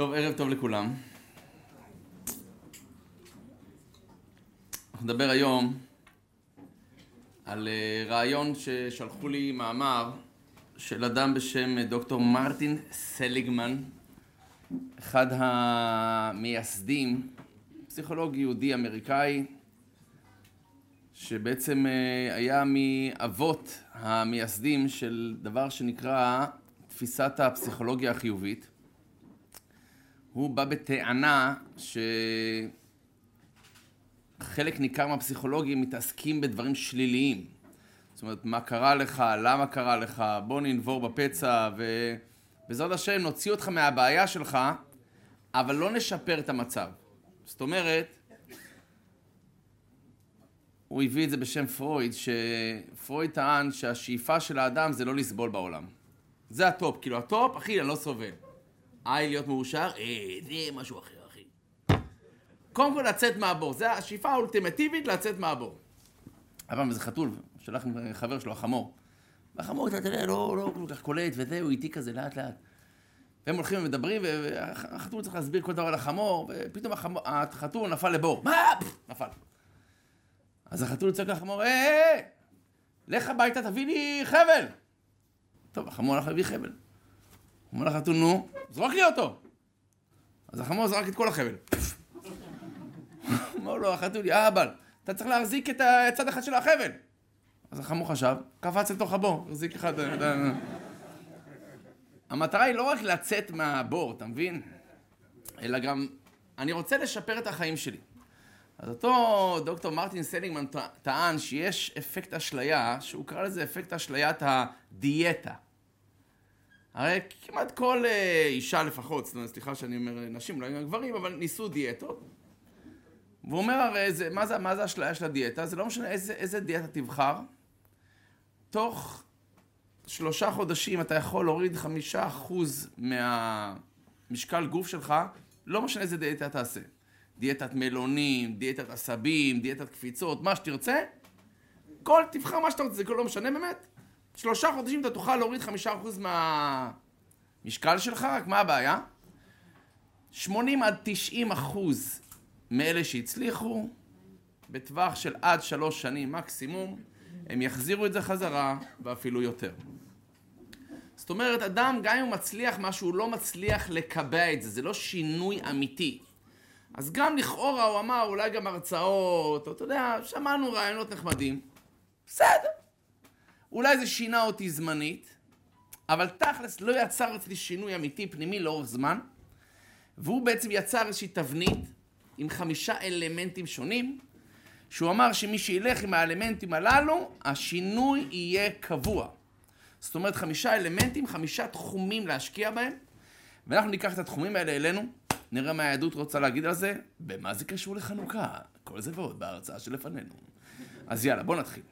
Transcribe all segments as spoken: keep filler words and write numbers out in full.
טוב, ערב טוב לכולם. אנחנו נדבר היום על רעיון ששלחו לי מאמר של אדם בשם דוקטור מרטין סליגמן, אחד המייסדים, פסיכולוג יהודי אמריקאי, שבעצם היה מאבות המייסדים של דבר שנקרא תפיסת הפסיכולוגיה החיובית. הוא בא בטענה שחלק ניכר מהפסיכולוגים מתעסקים בדברים שליליים. זאת אומרת, מה קרה לך, למה קרה לך, בוא ננבור בפצע, ובעזרת השם נוציא אותך מהבעיה שלך, אבל לא נשפר את המצב. זאת אומרת, הוא הביא את זה בשם פרויד, שפרויד טען שהשאיפה של האדם זה לא לסבול בעולם. זה הטופ, כאילו הטופ, אחי, אני לא סובל. איי, להיות מאושר, אה, זה משהו אחר, אחי. קודם כל, לצאת מהבור. זה השאיפה האולטימטיבית לצאת מהבור. אבל זה חתול, שלח חבר שלו, החמור. והחמור, אתה יודע, לא, לא כל כך קולט, וזהו, איתי כזה, לאט לאט. והם הולכים ומדברים, והחתול צריך להסביר כל דבר לחמור, ופתאום החמור, החתול נפל לבור. מה? נפל. אז החתול יוצא לחמור, אה, לך הביתה, תביא לי חבל. טוב, החמור הלך להביא חבל. הוא אומר לחתול, נו, זרוק לי אותו. אז החמור זרק את כל החבל. הוא אומר לו, החתול, יא אבל, אתה צריך להחזיק את הצד אחד של החבל. אז החמור חשב, קפץ לתוך הבור, החזיק אחד. המטרה היא לא רק לצאת מהבור, אתה מבין? אלא גם, אני רוצה לשפר את החיים שלי. אז אותו דוקטור מרטין סליגמן טען שיש אפקט אשליה, שהוא קרא לזה אפקט אשליית הדיאטה. הרי כמעט כל אישה לפחות, סליחה שאני אומר נשים, לא עם גברים, אבל ניסו דיאטות. והוא אומר הרי, זה, מה זה, מה זה האשליה של הדיאטה? זה לא משנה איזה, איזה דיאטה תבחר. תוך שלושה חודשים אתה יכול להוריד חמישה אחוז מהמשקל גוף שלך, לא משנה איזה דיאטה תעשה. דיאטת מלונים, דיאטת עשבים, דיאטת קפיצות, מה שתרצה. כל, תבחר מה שאתה רוצה, זה לא משנה באמת. שלושה חודשים אתה תוכל להוריד חמישה אחוז מהמשקל שלך, רק מה הבעיה? שמונים עד תשעים אחוז מאלה שהצליחו, בטווח של עד שלוש שנים מקסימום, הם יחזירו את זה חזרה, ואפילו יותר. זאת אומרת, אדם, גם אם הוא מצליח משהו, הוא לא מצליח לקבע את זה, זה לא שינוי אמיתי. אז גם לכאורה הוא אמר, אולי גם הרצאות, או אתה יודע, שמענו רעיונות נחמדים. בסדר. אולי זה שינה אותי זמנית, אבל תכלס לא יצר אצלי שינוי אמיתי פנימי לאורך זמן, והוא בעצם יצר איזושהי תבנית עם חמישה אלמנטים שונים, שהוא אמר שמי שילך עם האלמנטים הללו, השינוי יהיה קבוע. זאת אומרת, חמישה אלמנטים, חמישה תחומים להשקיע בהם, ואנחנו ניקח את התחומים האלה אלינו, נראה מה היהדות רוצה להגיד על זה, במה זה קשור לחנוכה, כל זה ועוד בהרצאה שלפנינו. אז יאללה, בוא נתחיל.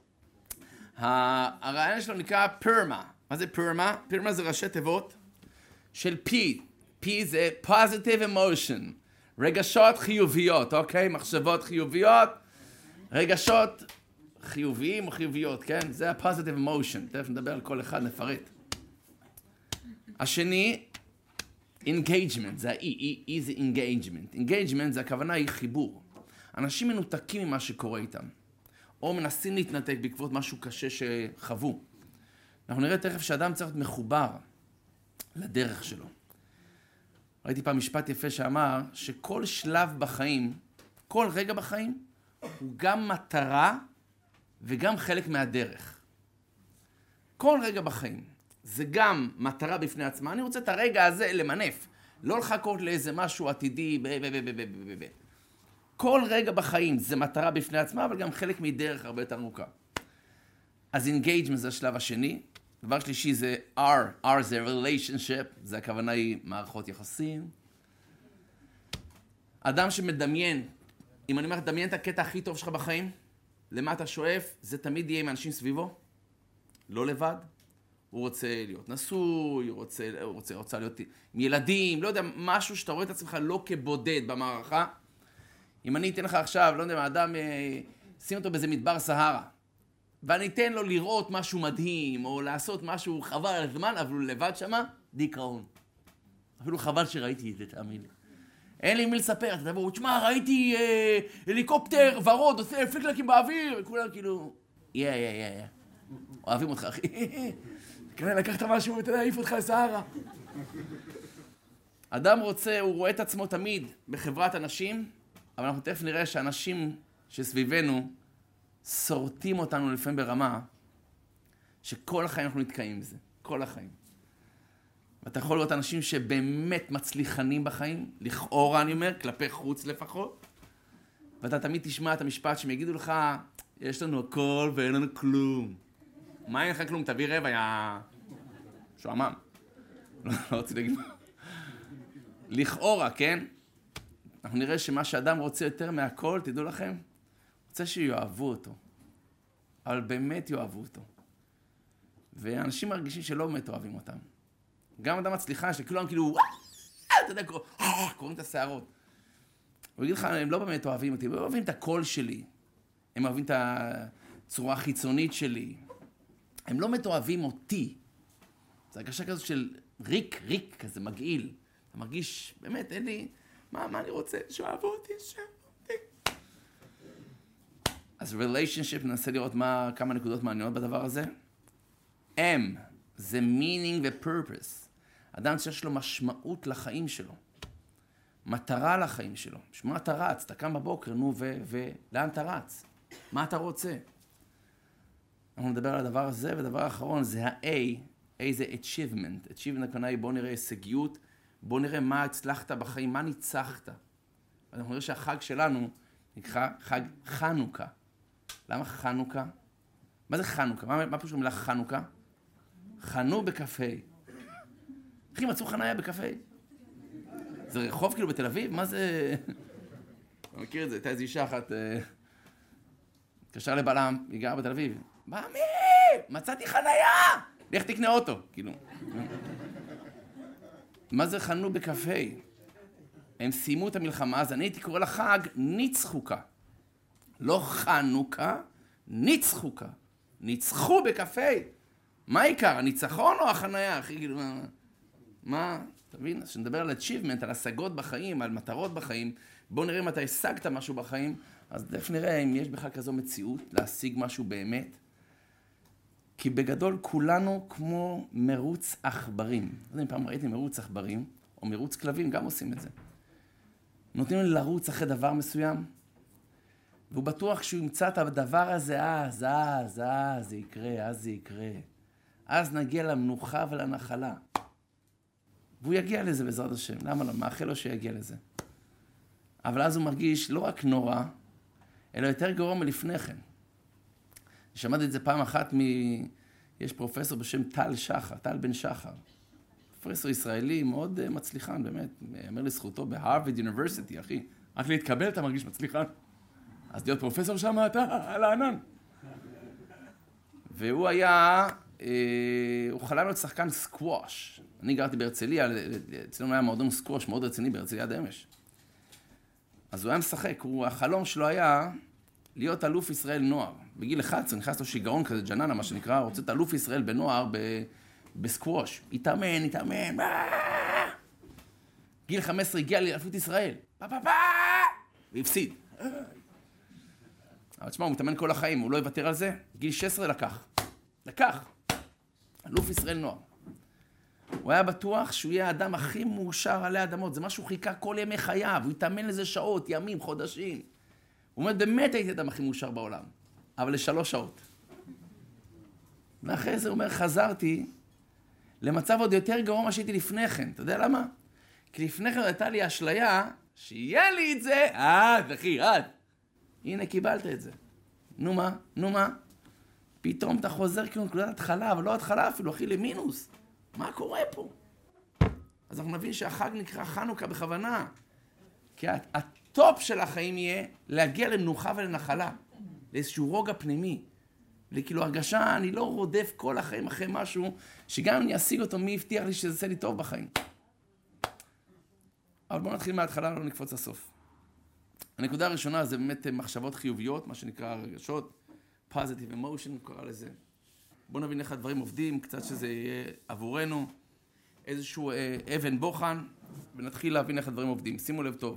הרעיון שלנו נקרא פרמה. מה זה פרמה? פרמה זה ראשי תיבות של P. P זה positive emotion. רגשות חיוביות, אוקיי? מחשבות חיוביות. רגשות חיוביים או חיוביות, כן? זה ה-positive emotion. תכף נדבר על כל אחד, נפרט. השני, engagement. זה ה-E. E, E זה engagement. engagement זה הכוונה היא חיבור. אנשים מנותקים ממה שקורה איתם. או מנסים להתנתק בעקבות משהו קשה שחוו. אנחנו נראה תכף שאדם צריך להיות מחובר לדרך שלו. ראיתי פעם משפט יפה שאמר שכל שלב בחיים, כל רגע בחיים, הוא גם מטרה וגם חלק מהדרך. כל רגע בחיים זה גם מטרה בפני עצמה. אני רוצה את הרגע הזה למנף, לא לחכות לאיזה משהו עתידי. ב- ב- ב- ב- ב- ב- כל רגע בחיים זה מטרה בפני עצמה, אבל גם חלק מדרך הרבה יותר עמוקה. אז engagement זה השלב השני. דבר שלישי זה R. R זה relationship, זה הכוונה היא מערכות יחסים. אדם שמדמיין, אם אני אומר, דמיין את הקטע הכי טוב שלך בחיים, למה אתה שואף, זה תמיד יהיה עם אנשים סביבו, לא לבד. הוא רוצה להיות נשוי, הוא רוצה, הוא רוצה, רוצה להיות עם ילדים, לא יודע, משהו שאתה רואה את עצמך לא כבודד במערכה. אם אני אתן לך עכשיו, לא יודע מה, אדם, שים אותו באיזה מדבר סהרה, ואני אתן לו לראות משהו מדהים, או לעשות משהו חבל על הזמן, אבל הוא לבד שמה, דיכאון. אפילו חבל שראיתי את זה, תאמין לי. אין לי מי לספר, אתה תבוא, תשמע, ראיתי אה, הליקופטר ורוד, עושה פליקלקים באוויר, וכולם כאילו, יא, יא, יא, יא. אוהבים אותך, אחי. כנראה לקחת משהו, אתה יודע, העיף אותך לסהרה. אדם רוצה, הוא רואה את עצמו תמיד בחברת אנשים, אבל אנחנו תכף נראה שאנשים שסביבנו שורטים אותנו לפעמים ברמה, שכל החיים אנחנו נתקעים בזה, כל החיים. ואתה יכול לראות אנשים שבאמת מצליחנים בחיים, לכאורה אני אומר, כלפי חוץ לפחות, ואתה תמיד תשמע את המשפט שהם יגידו לך, יש לנו הכל ואין לנו כלום. מה אין לך כלום? תביא רבע, יא... שועמם. לא רוצה להגיד מה. לכאורה, כן? אנחנו נראה שמה שאדם רוצה יותר מהכל, תדעו לכם, רוצה שיואהבו אותו. אבל באמת יאהבו אותו. ואנשים מרגישים שלא באמת אוהבים אותם. גם אדם מצליחה, שכולם כאילו, אתה יודע, קוראים את השערות. הוא יגיד לך, הם לא באמת אוהבים אותי, הם אוהבים את הקול שלי. הם אוהבים את הצורה החיצונית שלי. הם לא באמת אוהבים אותי. זו הרגשה כזאת של ריק, ריק, כזה מגעיל. אתה מרגיש, באמת, אין לי, מה, מה אני רוצה? שאוהבו אותי, שאוהבו אותי. אז relationship, ננסה לראות מה, כמה נקודות מעניינות בדבר הזה. M, זה meaning ו-purpose. אדם שיש לו משמעות לחיים שלו. מטרה לחיים שלו. שמה אתה רץ? אתה קם בבוקר, נו, ו... ו... לאן אתה רץ? מה אתה רוצה? אנחנו נדבר על הדבר הזה, ודבר האחרון זה ה-A. A זה achievement. achievement הכוונה היא בוא נראה הישגיות, בוא נראה מה הצלחת בחיים, מה ניצחת. אנחנו נראה שהחג שלנו נקרא חג חנוכה. למה חנוכה? מה זה חנוכה? מה, מה פשוט המילה חנוכה? חנו בקפה. אחי, מצאו חניה בקפה. זה רחוב כאילו בתל אביב? מה זה... אתה מכיר את זה? הייתה איזו אישה אחת, התקשרה לבעלם, היא גרה בתל אביב. מאמי, מצאתי חניה! לך תקנה אוטו, כאילו. מה זה חנו בקפה? הם סיימו את המלחמה, אז אני הייתי קורא לחג ניצחוקה. לא חנוכה, ניצחוקה. ניצחו בקפה. מה העיקר, הניצחון או החניה? אחי, כאילו, מה... מה? תבין? אז שנדבר על achievement, על השגות בחיים, על מטרות בחיים, בואו נראה אם אתה השגת משהו בחיים, אז דף נראה אם יש בכלל כזו מציאות להשיג משהו באמת. כי בגדול כולנו כמו מרוץ עכברים. לא יודע אם פעם ראיתי מרוץ עכברים, או מרוץ כלבים, גם עושים את זה. נותנים לי לרוץ אחרי דבר מסוים, והוא בטוח שהוא ימצא את הדבר הזה, אז, אז, אז זה יקרה, אז זה יקרה. אז נגיע למנוחה ולנחלה. והוא יגיע לזה בעזרת השם. למה לא? מאחל לו שיגיע לזה. אבל אז הוא מרגיש לא רק נורא, אלא יותר גרוע מלפני כן. שמעתי את זה פעם אחת מ... יש פרופסור בשם טל שחר, טל בן שחר. פרופסור ישראלי מאוד מצליחן, באמת. אומר לזכותו בהרווארד יוניברסיטי, אחי. רק להתקבל אתה מרגיש מצליחן. אז להיות פרופסור שם אתה על הענן. והוא היה... הוא חלם להיות שחקן סקווש. אני גרתי בהרצליה, אצלנו היה מועדון סקווש מאוד רציני בהרצליה עד אמש. אז הוא היה משחק, הוא, החלום שלו היה להיות אלוף ישראל נוער. בגיל אחד עשרה נכנס לו שיגעון כזה, ג'ננה, מה שנקרא, רוצה את אלוף ישראל בנוער ב, בסקווש. התאמן, התאמן, באה! גיל חמש עשרה הגיע לאלפות ישראל. באה, באה, באה! והפסיד. אבל תשמע, הוא מתאמן כל החיים, הוא לא יוותר על זה. גיל שש עשרה לקח. לקח. אלוף ישראל נוער. הוא היה בטוח שהוא יהיה האדם הכי מאושר עלי אדמות. זה משהו חיכה כל ימי חייו. הוא התאמן לזה שעות, ימים, חודשים. הוא אומר, באמת הייתי האדם הכי מאושר בעולם. אבל לשלוש שעות. ואחרי זה הוא אומר, חזרתי למצב עוד יותר גרוע מה שהייתי לפני כן. אתה יודע למה? כי לפני כן הייתה לי אשליה שיהיה לי את זה. אה, אחי, עד. הנה, קיבלת את זה. נו מה? נו מה? פתאום אתה חוזר כאילו נקודת התחלה, אבל לא התחלה אפילו, אחי, למינוס. מה קורה פה? אז אנחנו נבין שהחג נקרא חנוכה בכוונה. כי הטופ של החיים יהיה להגיע למנוחה ולנחלה. לאיזשהו רוגע פנימי. לכאילו הרגשה, אני לא רודף כל החיים אחרי משהו, שגם אם אני אשיג אותו, מי הבטיח לי שזה יעשה לי טוב בחיים. אבל בואו נתחיל מההתחלה, לא נקפוץ לסוף. הנקודה הראשונה זה באמת מחשבות חיוביות, מה שנקרא רגשות. positive emotion, קורא לזה. בואו נבין איך הדברים עובדים, קצת שזה יהיה עבורנו. איזשהו אה, אבן בוחן, ונתחיל להבין איך הדברים עובדים. שימו לב טוב.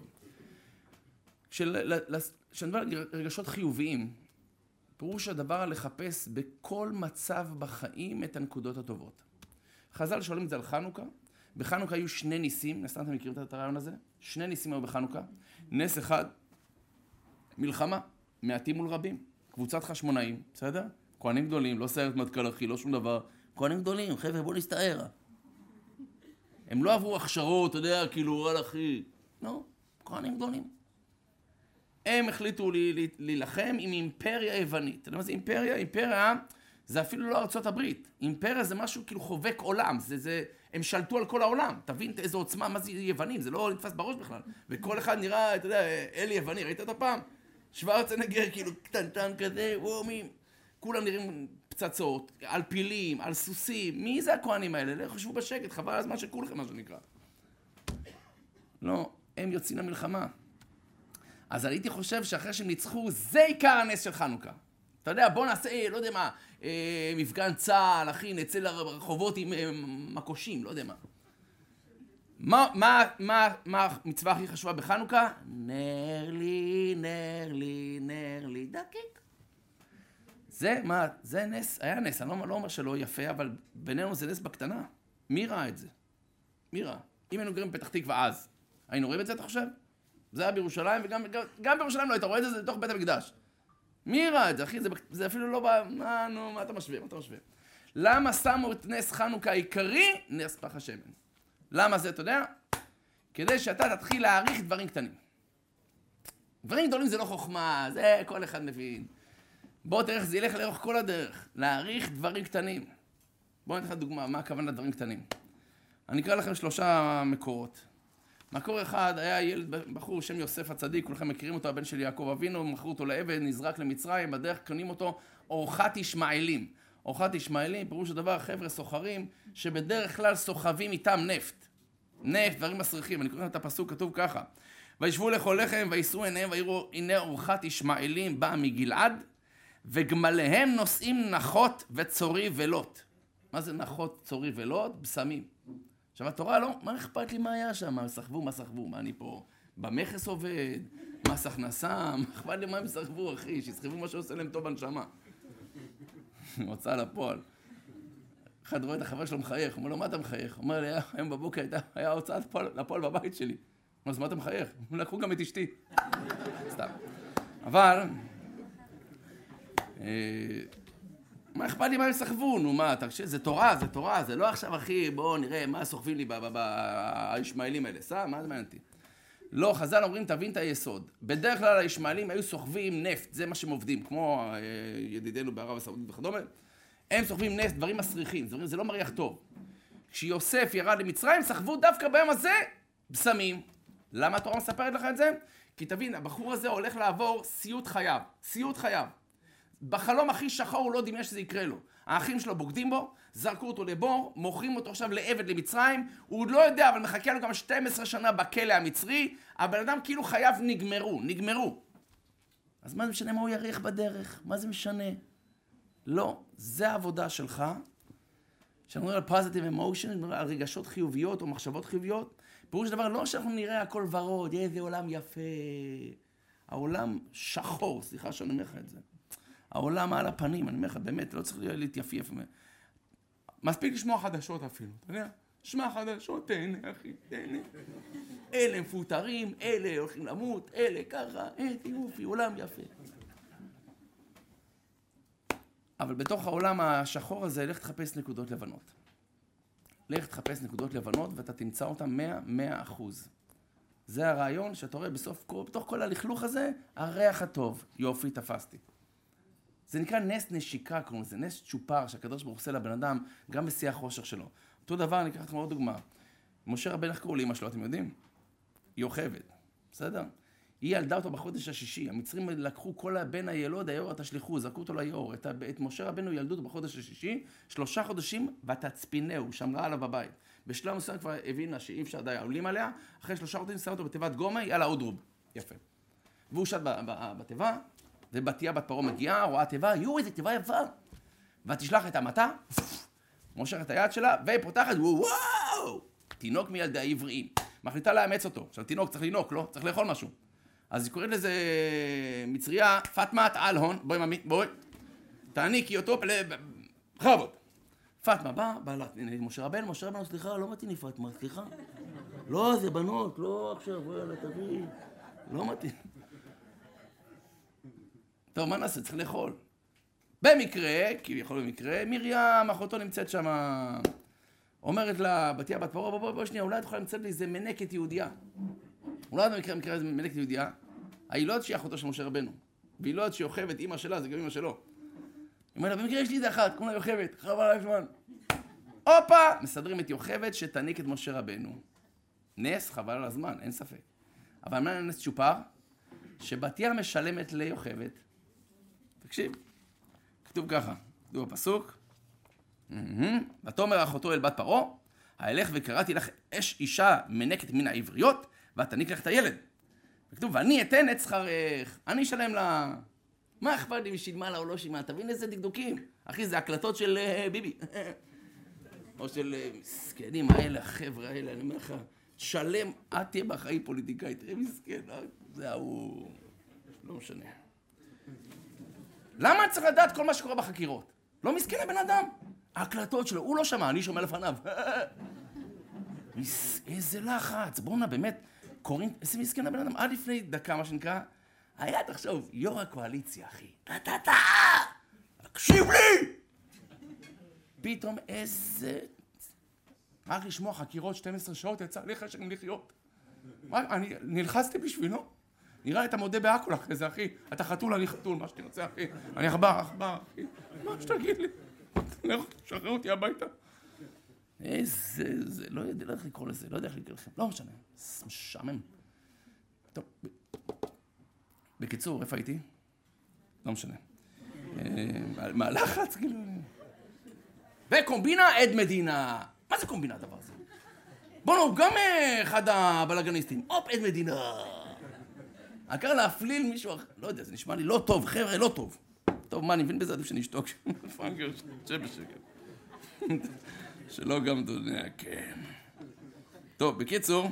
כשנדבר על רגשות חיוביים, פירוש הדבר לחפש בכל מצב בחיים את הנקודות הטובות. חז"ל שואלים את זה על חנוכה. בחנוכה היו שני ניסים, נסתם אתם מכירים את הרעיון הזה? שני ניסים היו בחנוכה. נס אחד, מלחמה, מעטים מול רבים. קבוצת חשמונאים, בסדר? כהנים גדולים, לא סיירת מטכ"ל אחי, לא שום דבר. כהנים גדולים, חבר'ה, בואו נסתער. הם לא עברו הכשרות, אתה יודע, כאילו, רע אחי. לא, כהנים גדולים. הם החליטו להילחם עם אימפריה היוונית. אתה יודע מה זה אימפריה? אימפריה זה אפילו לא ארצות הברית. אימפריה זה משהו כאילו חובק עולם. זה, זה, הם שלטו על כל העולם. תבין איזו עוצמה, מה זה יוונים? זה לא נתפס בראש בכלל. וכל אחד נראה, אתה יודע, אלי יווני, ראית את הפעם? שוורצנגר, כאילו, קטנטן כזה, וומים. כולם נראים פצצות, על פילים, על סוסים. מי זה הכהנים האלה? חשבו בשקט, חבל על הזמן שכולכם, מה שנקרא. לא, הם יוצאים למלחמה. אז הייתי חושב שאחרי שהם ניצחו, זה עיקר הנס של חנוכה. אתה יודע, בוא נעשה, לא יודע מה, אה, מפגן צהל, אחי, נצא לרחובות עם אה, מקושים, לא יודע מה. מה, מה, מה, מה המצווה הכי חשובה בחנוכה? נר לי, נר לי, נר לי, דקיק. זה, מה, זה נס, היה נס, אני לא, לא אומר שלא יפה, אבל בינינו זה נס בקטנה. מי ראה את זה? מי ראה? אם היינו גרים פתח תקווה אז, היינו רואים את זה, אתה חושב? זה היה בירושלים, וגם גם, גם בירושלים לא היית רואה את זה, זה בתוך בית המקדש. מי ראה את זה, אחי? זה, זה אפילו לא בא... מה, נו, מה אתה משווה? מה אתה משווה? למה שמו את נס חנוכה העיקרי? נס פח השמן. למה זה, אתה יודע? כדי שאתה תתחיל להעריך דברים קטנים. דברים גדולים זה לא חוכמה, זה כל אחד מבין. בוא תראה איך זה ילך לאורך כל הדרך. להעריך דברים קטנים. בואו נתן לך דוגמה, מה הכוונה לדברים קטנים. אני אקרא לכם שלושה מקורות. מקור אחד היה ילד בחור שם יוסף הצדיק, כולכם מכירים אותו, הבן של יעקב אבינו, מכרו אותו לעבד, נזרק למצרים, בדרך קונים אותו אורחת ישמעאלים. אורחת ישמעאלים, פירוש הדבר, חבר'ה סוחרים, שבדרך כלל סוחבים איתם נפט. נפט, דברים מסריחים. אני קורא לכם את הפסוק, כתוב ככה. וישבו לאכול לחם, ויסרו עיניהם, ויראו, הנה אורחת ישמעאלים באה מגלעד, וגמליהם נושאים נחות וצורי ולוט. מה זה נחות, צורי ולוט? בשמים. עכשיו התורה לא, מה אכפת לי מה היה שם? מה סחבו, מה סחבו? מה אני פה במכס עובד? מס הכנסה? מה אכפת לי מה הם סחבו, אחי? שיסחבו מה שעושה להם טוב בנשמה. הוצאה לפועל. אחד רואה את החבר שלו מחייך, הוא אומר לו, מה אתה מחייך? הוא אומר לי, היום בבוקר הייתה, היה הוצאה לפועל בבית שלי. אז מה אתה מחייך? הוא לקחו גם את אשתי. סתם. אבל... מה אכפת לי מה הם סחבו? נו מה, תקשיב, זה תורה, זה תורה, זה לא עכשיו אחי, בואו נראה מה סוחבים לי בישמעאלים האלה, סתם, מה זה מעניין אותי? לא, חז"ל אומרים, תבין את היסוד. בדרך כלל הישמעאלים היו סוחבים נפט, זה מה שהם עובדים, כמו ידידינו בערב הסעודית וכדומה. הם סוחבים נפט, דברים מסריחים, זה לא מריח טוב. כשיוסף ירד למצרים, סחבו דווקא ביום הזה בשמים. למה התורה מספרת לך את זה? כי תבין, הבחור הזה הולך לעבור סיוט חייו, סיוט חייו. בחלום הכי שחור הוא לא דמיין שזה יקרה לו. האחים שלו בוגדים בו, זרקו אותו לבור, מוכרים אותו עכשיו לעבד למצרים, הוא עוד לא יודע, אבל מחכה לו גם שתים עשרה שנה בכלא המצרי, הבן אדם כאילו חייו נגמרו, נגמרו. אז מה זה משנה מה הוא יריח בדרך? מה זה משנה? לא, זה העבודה שלך, שאנחנו מדברים על positive emotion, על רגשות חיוביות או מחשבות חיוביות, פירוש דבר לא שאנחנו נראה הכל ורוד, איזה עולם יפה. העולם שחור, סליחה שאני אומר לך את זה. העולם על הפנים, אני אומר לך, באמת, לא צריך להתייפייף. מספיק לשמוע חדשות אפילו, אתה יודע? שמע חדשות, תהנה, אחי, תהנה. אלה מפוטרים, אלה הולכים למות, אלה ככה, איזה יופי, עולם יפה. אבל בתוך העולם השחור הזה, לך תחפש נקודות לבנות. לך תחפש נקודות לבנות, ואתה תמצא אותן מאה, מאה אחוז. זה הרעיון שאתה רואה בסוף, בתוך כל הלכלוך הזה, הריח הטוב, יופי, תפסתי. זה נקרא נס נשיקה, קוראים לזה, נס צ'ופר, שהקדוש ברוך הוא עושה לבן אדם, גם בשיא החושך שלו. אותו דבר, אני אקח לכם עוד דוגמה. משה רבנו, איך קראו לאמא שלו, אתם יודעים? יוכבד, בסדר? היא ילדה אותו בחודש השישי. המצרים לקחו כל הבן הילוד, היאור תשליכו, זרקו אותו ליאור. את, את משה רבנו ילדו אותו בחודש השישי, שלושה חודשים, ותצפינהו, שמרה עליו בבית. בשלב מסוים כבר הבינה שאי אפשר די, עולים עליה, אחרי שלושה חודשים שם אותו בתיבת גומי, יאללה, עוד רוב. יפה. והוא שת בתיבה, ובתיה בת פרעה מגיעה, רואה תיבה, יו, איזה תיבה יפה. ותשלח את המטה, מושכת את היד שלה, ופותחת, וואו! תינוק מילדי העבריים. מחליטה לאמץ אותו. עכשיו, תינוק צריך לינוק, לא? צריך לאכול משהו. אז היא קוראת לזה מצריה, פטמת אלהון, בואי ממי, בואי. תעניקי אותו, בכבוד. פטמה באה, באה למשה רבנו, משה רבנו, סליחה, לא מתאים לי פטמה, סליחה. לא, זה בנות, לא עכשיו, וואלה, תביא. לא מתאים. טוב, מה נעשה? צריך לאכול. במקרה, כי יכול במקרה, מרים, אחותו נמצאת שם, אומרת לה, בתיה בת פרעה, בוא, בוא, בוא, שנייה, אולי את יכולה למצוא לי איזה מנקת יהודייה. אולי במקרה, במקרה איזה מנקת יהודייה, היא לא יודעת שהיא אחותו של משה רבנו, והיא לא יודעת שהיא יוכבת, אמא שלה, זה גם אמא שלו. היא אומרת לה, במקרה יש לי איזה אחת, קוראים לה יוכבת, חבל עליי זמן. הופה! מסדרים את יוכבת שתעניק את משה רבנו. נס, חבל על הזמן, אין ספק. אבל מה נס צ'ופר? שבתיה משלמת ליוכבת. תקשיב, כתוב ככה, כתוב בפסוק, ותאמר אחותו אל בת פרעה, האלך וקראתי לך אש אישה מנקת מן העבריות, ותעניק לך את הילד. וכתוב, ואני אתן את שכרך, אני אשלם לה. מה אכפת לי משילמה לה או לא שילמה? תבין איזה דקדוקים. אחי, זה הקלטות של ביבי. או של מסכנים האלה, החבר'ה האלה, אני אומר לך, תשלם, את תהיה בחיים פוליטיקאית, תראה מסכן, זה הוא... לא משנה. למה צריך לדעת כל מה שקורה בחקירות? לא מסכן הבן אדם. ההקלטות שלו, הוא לא שמע, אני שומע לפניו. איזה לחץ, בואו נה, באמת, קוראים, איזה מסכן הבן אדם. עד לפני דקה, מה שנקרא, היה, תחשוב, יו"ר הקואליציה, אחי. טה-טה-טה! תקשיב לי! פתאום איזה... רק לשמוע חקירות שתים עשרה שעות, יצא לי חשק לחיות. אני נלחצתי בשבילו. נראה לי אתה מודה בעכו אחרי זה, אחי. אתה חתול, אני חתול, מה שתרצה, אחי. אני עכבר, עכבר, אחי. מה שתגיד לי? שחרר אותי הביתה. איזה, זה, לא יודע איך לקרוא לזה, לא יודע איך לקרוא לכם. לא משנה, משעמם. טוב, בקיצור, איפה הייתי? לא משנה. מה לחץ, כאילו? וקומבינה עד מדינה. מה זה קומבינה הדבר הזה? בואו, הוא גם אחד הבלגניסטים. הופ, עד מדינה. העיקר להפליל מישהו אחר. לא יודע, זה נשמע לי לא טוב, חבר'ה, לא טוב. טוב, מה, אני מבין בזה, עדיף שנשתוק. פרנקר, שב בשקט. שלא גם דודניה, כן. טוב, בקיצור,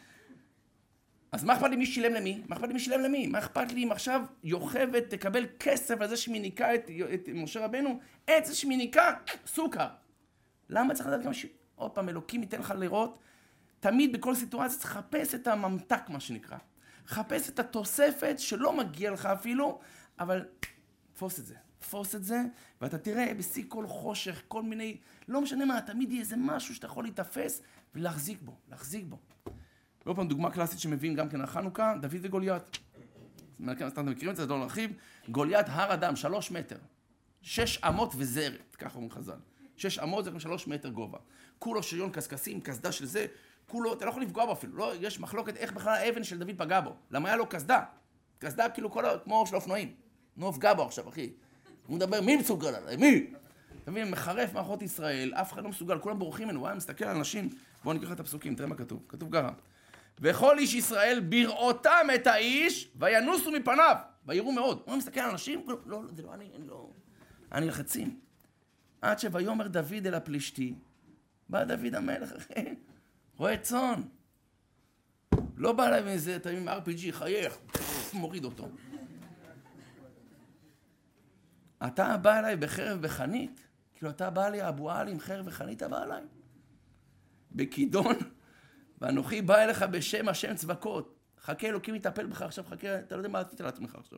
אז מה אכפת לי מי שילם למי? מה אכפת לי מי שילם למי? מה אכפת לי אם עכשיו יוכבת תקבל כסף על זה שמיניקה את, את משה רבנו? את זה שמיניקה, סוכר. למה צריך לדעת גם ש... עוד פעם, אלוקים ייתן לך לראות, תמיד בכל סיטואציה צריך לחפש את הממתק, מה שנקרא. חפש את התוספת שלא מגיע לך אפילו, אבל תפוס את זה. תפוס את זה, ואתה תראה בשיא כל חושך, כל מיני... לא משנה מה, תמיד יהיה איזה משהו שאתה יכול להתאפס ולהחזיק בו, להחזיק בו. ועוד פעם, דוגמה קלאסית שמביאים גם כן על חנוכה, דוד וגוליית. אתם מכירים את זה, לא להרחיב. גוליית הר אדם, שלוש מטר. שש אמות וזרת, ככה אומרים חז"ל. שש אמות זה שלוש מטר גובה. כולו שריון קסקסים, קסדה של זה, כולו, אתה לא יכול לפגוע בו אפילו. לא, יש מחלוקת איך בכלל האבן של דוד פגע בו. למה היה לו קסדה? קסדה כאילו כל, כמו של אופנועים. נו, פגע בו עכשיו, אחי. הוא מדבר, מי מסוגל עליי? מי? אתה מבין, מחרף מערכות ישראל, אף אחד לא מסוגל, כולם בורחים ממנו, וואי, מסתכל על אנשים. בואו נקרא את הפסוקים, תראה מה כתוב. כתוב ככה. וכל איש ישראל בראותם את האיש, וינוסו מפניו, ויראו מאוד. הוא מסתכל על אנשים, לא, זה לא, אני, לא, אני לחצים. עד שויאמר דוד אל הפלישתי, בא דוד המלך, אחי, רואה צאן. לא בא להם איזה, אתה עם אר פי ג'י, חייך, מוריד אותו. אתה בא אליי בחרב בחנית, כאילו אתה בא לי, אבו עלי עם חרב בחנית, אתה בא אליי. בכידון, ואנוכי בא אליך בשם השם צבקות. חכה, אלוקים יטפל בך עכשיו, חכה, אתה לא יודע מה עשית לעצמך עכשיו.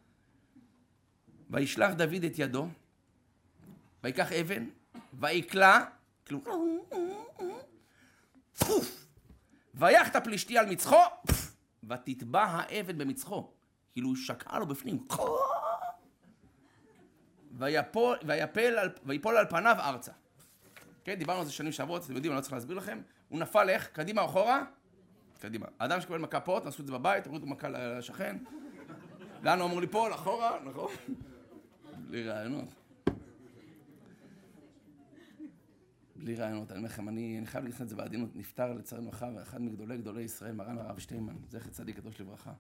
וישלח דוד את ידו, ויקח אבן, ויקלע, כאילו, ויח את הפלישתי על מצחו, ותטבע האבן במצחו. כאילו הוא שקע לו בפנים. ויפול, ויפל על, ויפול על פניו ארצה. כן, דיברנו על זה שנים שעברות, אתם יודעים, אני לא צריך להסביר לכם. הוא נפל איך? קדימה או אחורה? קדימה. האדם שקבל מכה פה, נעשו את זה בבית, הורידו מכה לשכן. לאן הוא אמור ליפול? אחורה, נכון? בלי רעיונות. בלי רעיונות. אני אומר לכם, אני, אני חייב להגיד את זה בעדינות. נפטר לצערנו אחר, אחד מגדולי גדולי ישראל, מרן הרב שטיינמן, זכר צדיק קדוש לברכה.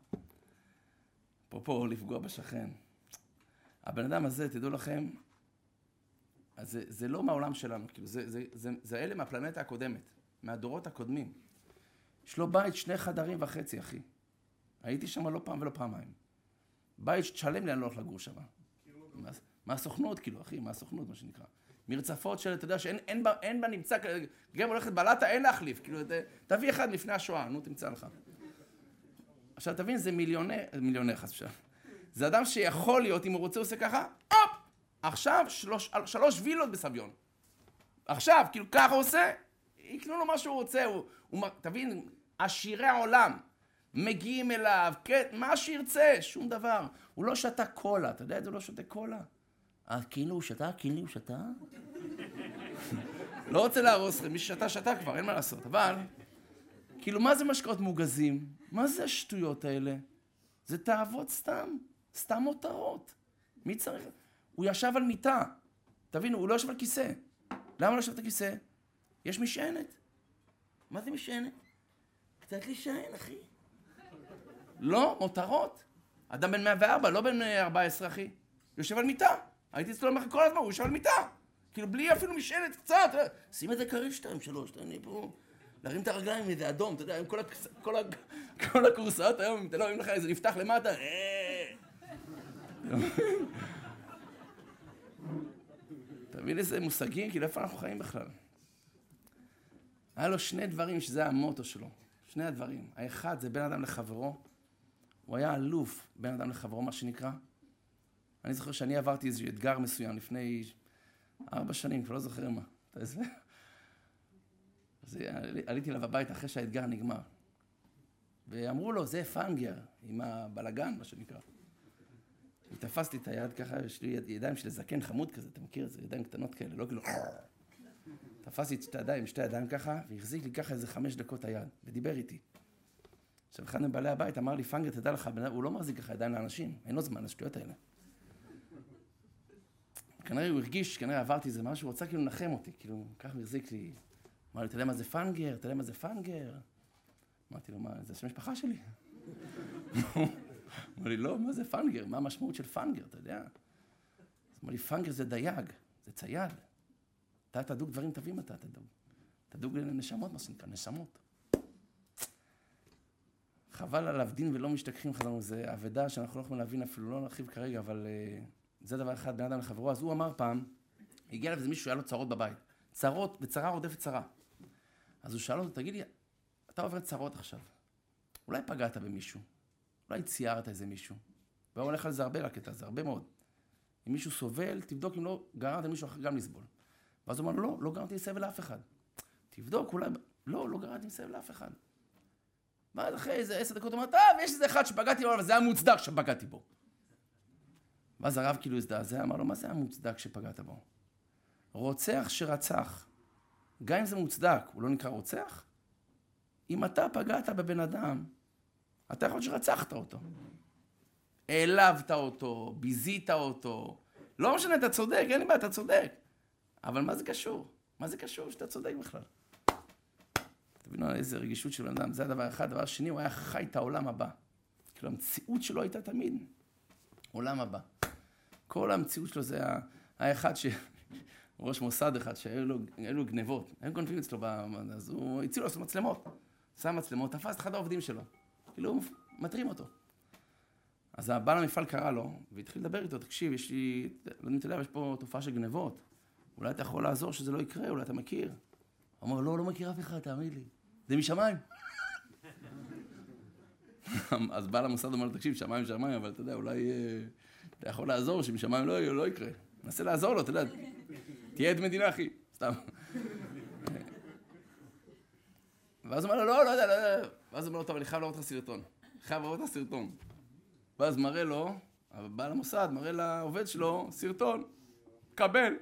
פה פה לפגוע בשכן. הבן אדם הזה, תדעו לכם, אז זה, זה לא מהעולם שלנו, כאילו, זה, זה, זה, זה אלה מהפלנטה הקודמת, מהדורות הקודמים. יש לו בית שני חדרים וחצי, אחי. הייתי שם לא פעם ולא פעמיים. בית שתשלם לי, אני לא הולך לגור שם. מה, מה הסוכנות, כאילו, אחי, מה הסוכנות, מה שנקרא. מרצפות של, אתה יודע, שאין אין בה, אין בה נמצא, גם הולכת בלטה, אין להחליף. כאילו, תביא אחד לפני השואה, נו, תמצא לך. עכשיו, תבין, זה מיליוני, מיליוני חס ושלום. זה אדם שיכול להיות, אם הוא רוצה, הוא עושה ככה, הופ! עכשיו, שלוש, שלוש וילות בסביון. עכשיו, כאילו, ככה הוא עושה, יקנו לו מה שהוא רוצה. הוא, הוא, תבין, עשירי העולם מגיעים אליו, כן, מה שירצה, שום דבר. הוא לא שתה קולה, אתה יודע את זה? הוא לא שותה קולה. אה, כאילו הוא שתה? כאילו הוא שתה? לא רוצה להרוס לכם, מי ששתה, שתה כבר, אין מה לעשות. אבל, כאילו, מה זה משקאות מוגזים? מה זה השטויות האלה? זה תאוות סתם, סתם מותרות. מי צריך? הוא ישב על מיטה. תבינו, הוא לא ישב על כיסא. למה לא ישב על כיסא? יש משענת. מה זה משענת? קצת להישען, אחי. לא, מותרות. אדם בן מאה וארבע, לא בן ארבע עשרה, אחי. יושב על מיטה. הייתי אצלו למחר כל הזמן, הוא יושב על מיטה. כאילו, בלי אפילו משענת קצת. שים את זה קריב שתיים, שלוש, אני פה... להרים את הרגליים עם איזה אדום, אתה יודע, עם כל, הקס... כל, ה... כל הקורסאות היום, אתה לא רואים לך איזה נפתח למטה. תבין איזה מושגים, כאילו איפה אנחנו חיים בכלל. היה לו שני דברים שזה המוטו שלו, שני הדברים. האחד זה בין אדם לחברו, הוא היה אלוף בין אדם לחברו, מה שנקרא. אני זוכר שאני עברתי איזה אתגר מסוים לפני ארבע שנים, כבר לא זוכר מה. אתה יודע? אז עליתי אליו הביתה אחרי שהאתגר נגמר. ואמרו לו, זה פנגר, עם הבלגן, מה שנקרא. ותפסתי את היד ככה, יש לי ידיים של זקן חמוד כזה, אתה מכיר את זה? ידיים קטנות כאלה, לא כאילו... תפסתי את שתי ידיים, שתי ידיים ככה, והחזיק לי ככה איזה חמש דקות היד, ודיבר איתי. עכשיו, אחד מבעלי הבית אמר לי, פנגר, תדע לך, הוא לא מחזיק ככה ידיים לאנשים, אין לו זמן לשטויות האלה. כנראה הוא הרגיש, כנראה עברתי איזה משהו, הוא רצה כאילו לנחם אותי, כאילו, ככה הוא החזיק לי. אמר לי, אתה יודע מה זה פנגר? אתה יודע מה זה פנגר? אמרתי לו, מה, זה השם משפחה שלי? אמר לי, לא, מה זה פנגר? מה המשמעות של פנגר, אתה יודע? אמר לי, פנגר זה דייג, זה צייד. אתה תדוג דברים טובים, אתה תדוג. תדוג לנשמות, מה שנקרא, נשמות. חבל עליו דין ולא משתכחים, חזרנו, זה עבודה שאנחנו לא יכולים להבין, אפילו לא נרחיב כרגע, אבל uh, זה דבר אחד, בן אדם לחברו. אז הוא אמר פעם, הגיע אליו איזה מישהו שהיה לו צרות בבית. צרות, וצרה רודפת צרה. אז הוא שאל אותו, תגיד לי, אתה עובר צרות עכשיו. אולי פגעת במישהו, אולי ציירת איזה מישהו. והוא הולך על זה הרבה לקטע, זה הרבה מאוד. אם מישהו סובל, תבדוק אם לא גרמת מישהו אחר גם לסבול. ואז הוא אומר, לא, לא גרמתי סבל לאף אחד. תבדוק, אולי, לא, לא גרמתי סבל לאף אחד. ואז אחרי איזה עשר דקות הוא אומר, טוב, יש איזה אחד שפגעתי בו, אבל זה היה מוצדק שפגעתי בו. ואז הרב כאילו הזדעזע, אמר לו, מה זה היה מוצדק שפגעת בו? רוצח שרצח, גם אם זה מוצדק, הוא לא נקרא רוצח? אם אתה פגעת בבן אדם, אתה יכול שרצחת אותו. העלבת אותו, ביזית אותו. לא משנה, אתה צודק, אין לי בעיה, אתה צודק. אבל מה זה קשור? מה זה קשור שאתה צודק בכלל? תבינו איזה רגישות של בן אדם, זה הדבר אחד. דבר שני, הוא היה חי את העולם הבא. כאילו, המציאות שלו הייתה תמיד עולם הבא. כל המציאות שלו זה היה אחד ש... ראש מוסד אחד שהיו לו, לו גנבות, היו גונבים אצלו, אז הוא הציל לו לעשות מצלמות. שם מצלמות, תפס את אחד העובדים שלו. כאילו, מטרים אותו. אז הבעל המפעל קרא לו, והתחיל לדבר איתו, תקשיב, יש לי, לא יודע אם אתה יודע, יש פה תופעה של גנבות. אולי אתה יכול לעזור שזה לא יקרה, אולי אתה מכיר. הוא אומר, לא, לא מכיר אף אחד, תאמין לי. זה משמיים. אז בעל המוסד אומר לו, תקשיב, שמיים, שמיים, אבל אתה יודע, אולי אתה יכול לעזור שמשמיים לא, לא יקרה. נסה לעזור לו, אתה יודע. תהיה עד מדינה, אחי. סתם. ואז הוא אומר לו, לא, לא יודע, לא יודע. ואז הוא אומר לו, טוב, אני חייב לראות לך סרטון. חייב לראות לך סרטון. ואז מראה לו, בעל המוסד, מראה לעובד שלו, סרטון. קבל.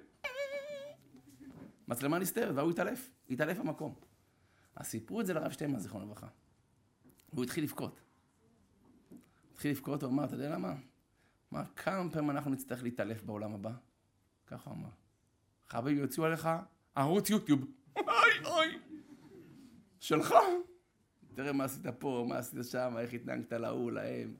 מצלמה נסתרת, והוא התעלף. התעלף במקום. אז סיפרו את זה לרב שטיימן, זיכרונו לברכה. והוא התחיל לבכות. התחיל לבכות, הוא אמר, אתה יודע למה? מה, כמה פעמים אנחנו נצטרך להתעלף בעולם הבא? ככה הוא אמר. חביבי, יוציאו עליך ערוץ יוטיוב. אוי, אוי. שלך. תראה מה עשית פה, מה עשית שם, איך התנהגת להוא, להם.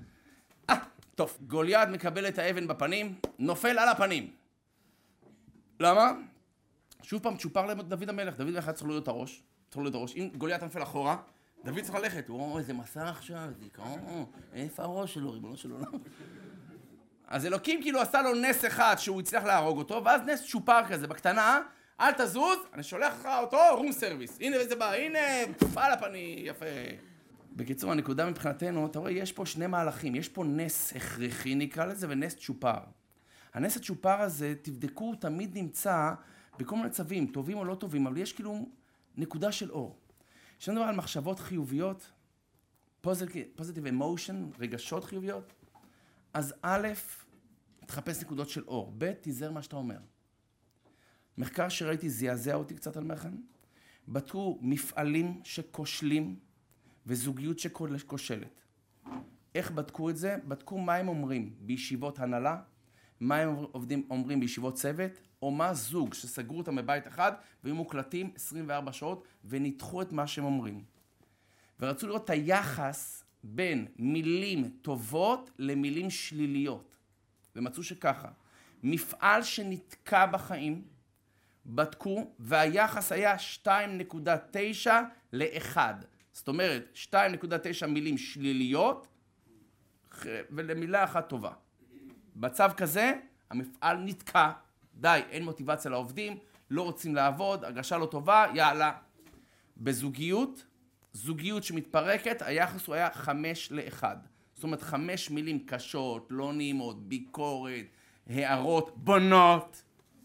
אה, טוב. גוליית מקבל את האבן בפנים, נופל על הפנים. למה? שוב פעם, צ'ופר לדוד המלך. דוד המלך צריך להיות הראש. צריך להיות הראש. אם גוליית נפל אחורה, דוד צריך ללכת. הוא אומר, איזה מסע עכשיו, דיכאון, איפה הראש שלו, ריבונו של עולם? אז אלוקים כאילו עשה לו נס אחד שהוא הצליח להרוג אותו, ואז נס צ'ופר כזה, בקטנה, אל תזוז, אני שולח לך אותו, רום סרוויס. הנה וזה בא, הנה, על הפני, יפה. בקיצור, הנקודה מבחינתנו, אתה רואה, יש פה שני מהלכים. יש פה נס הכרחי, נקרא לזה, ונס צ'ופר. הנס הצ'ופר הזה, תבדקו, תמיד נמצא בכל מיני צווים, טובים או לא טובים, אבל יש כאילו נקודה של אור. יש לנו דבר על מחשבות חיוביות, positive emotion, רגשות חיוביות, אז א', תחפש נקודות של אור, ב', תיזהר מה שאתה אומר. מחקר שראיתי זעזע אותי קצת על מכן, בדקו מפעלים שכושלים וזוגיות שכושלת. איך בדקו את זה? בדקו מה הם אומרים בישיבות הנהלה, מה הם עובדים, אומרים בישיבות צוות, או מה זוג שסגרו אותם בבית אחד והיו מוקלטים עשרים וארבע שעות וניתחו את מה שהם אומרים. ורצו לראות את היחס בין מילים טובות למילים שליליות. ומצאו שככה, מפעל שנתקע בחיים, בדקו והיחס היה שתיים נקודה תשע לאחד. זאת אומרת, שתיים נקודה תשע מילים שליליות ולמילה אחת טובה. בצו כזה, המפעל נתקע, די, אין מוטיבציה לעובדים, לא רוצים לעבוד, הרגשה לא טובה, יאללה. בזוגיות, זוגיות שמתפרקת, היחס הוא היה חמש לאחד. זאת אומרת, חמש מילים קשות, לא נעימות, ביקורת, הערות, בונות.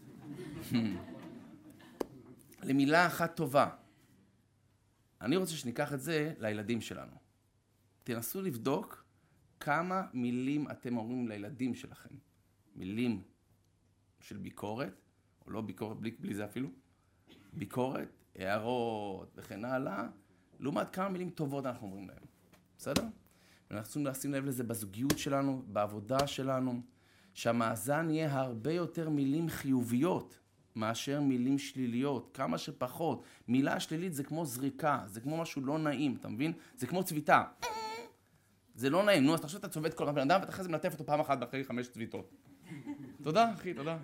למילה אחת טובה. אני רוצה שניקח את זה לילדים שלנו. תנסו לבדוק כמה מילים אתם אומרים לילדים שלכם. מילים של ביקורת, או לא ביקורת, בלי, בלי זה אפילו. ביקורת, הערות וכן הלאה. לעומת כמה מילים טובות אנחנו אומרים להם. בסדר? ואנחנו צריכים לשים לב לזה בזוגיות שלנו, בעבודה שלנו, שהמאזן יהיה הרבה יותר מילים חיוביות מאשר מילים שליליות, כמה שפחות. מילה שלילית זה כמו זריקה, זה כמו משהו לא נעים, אתה מבין? זה כמו צביטה. זה לא נעים, נו, אז תחשוב שאתה צובט כל הבן אדם, ואתה אחרי זה מלטף אותו פעם אחת באחרי חמש צביטות. תודה, אחי, תודה.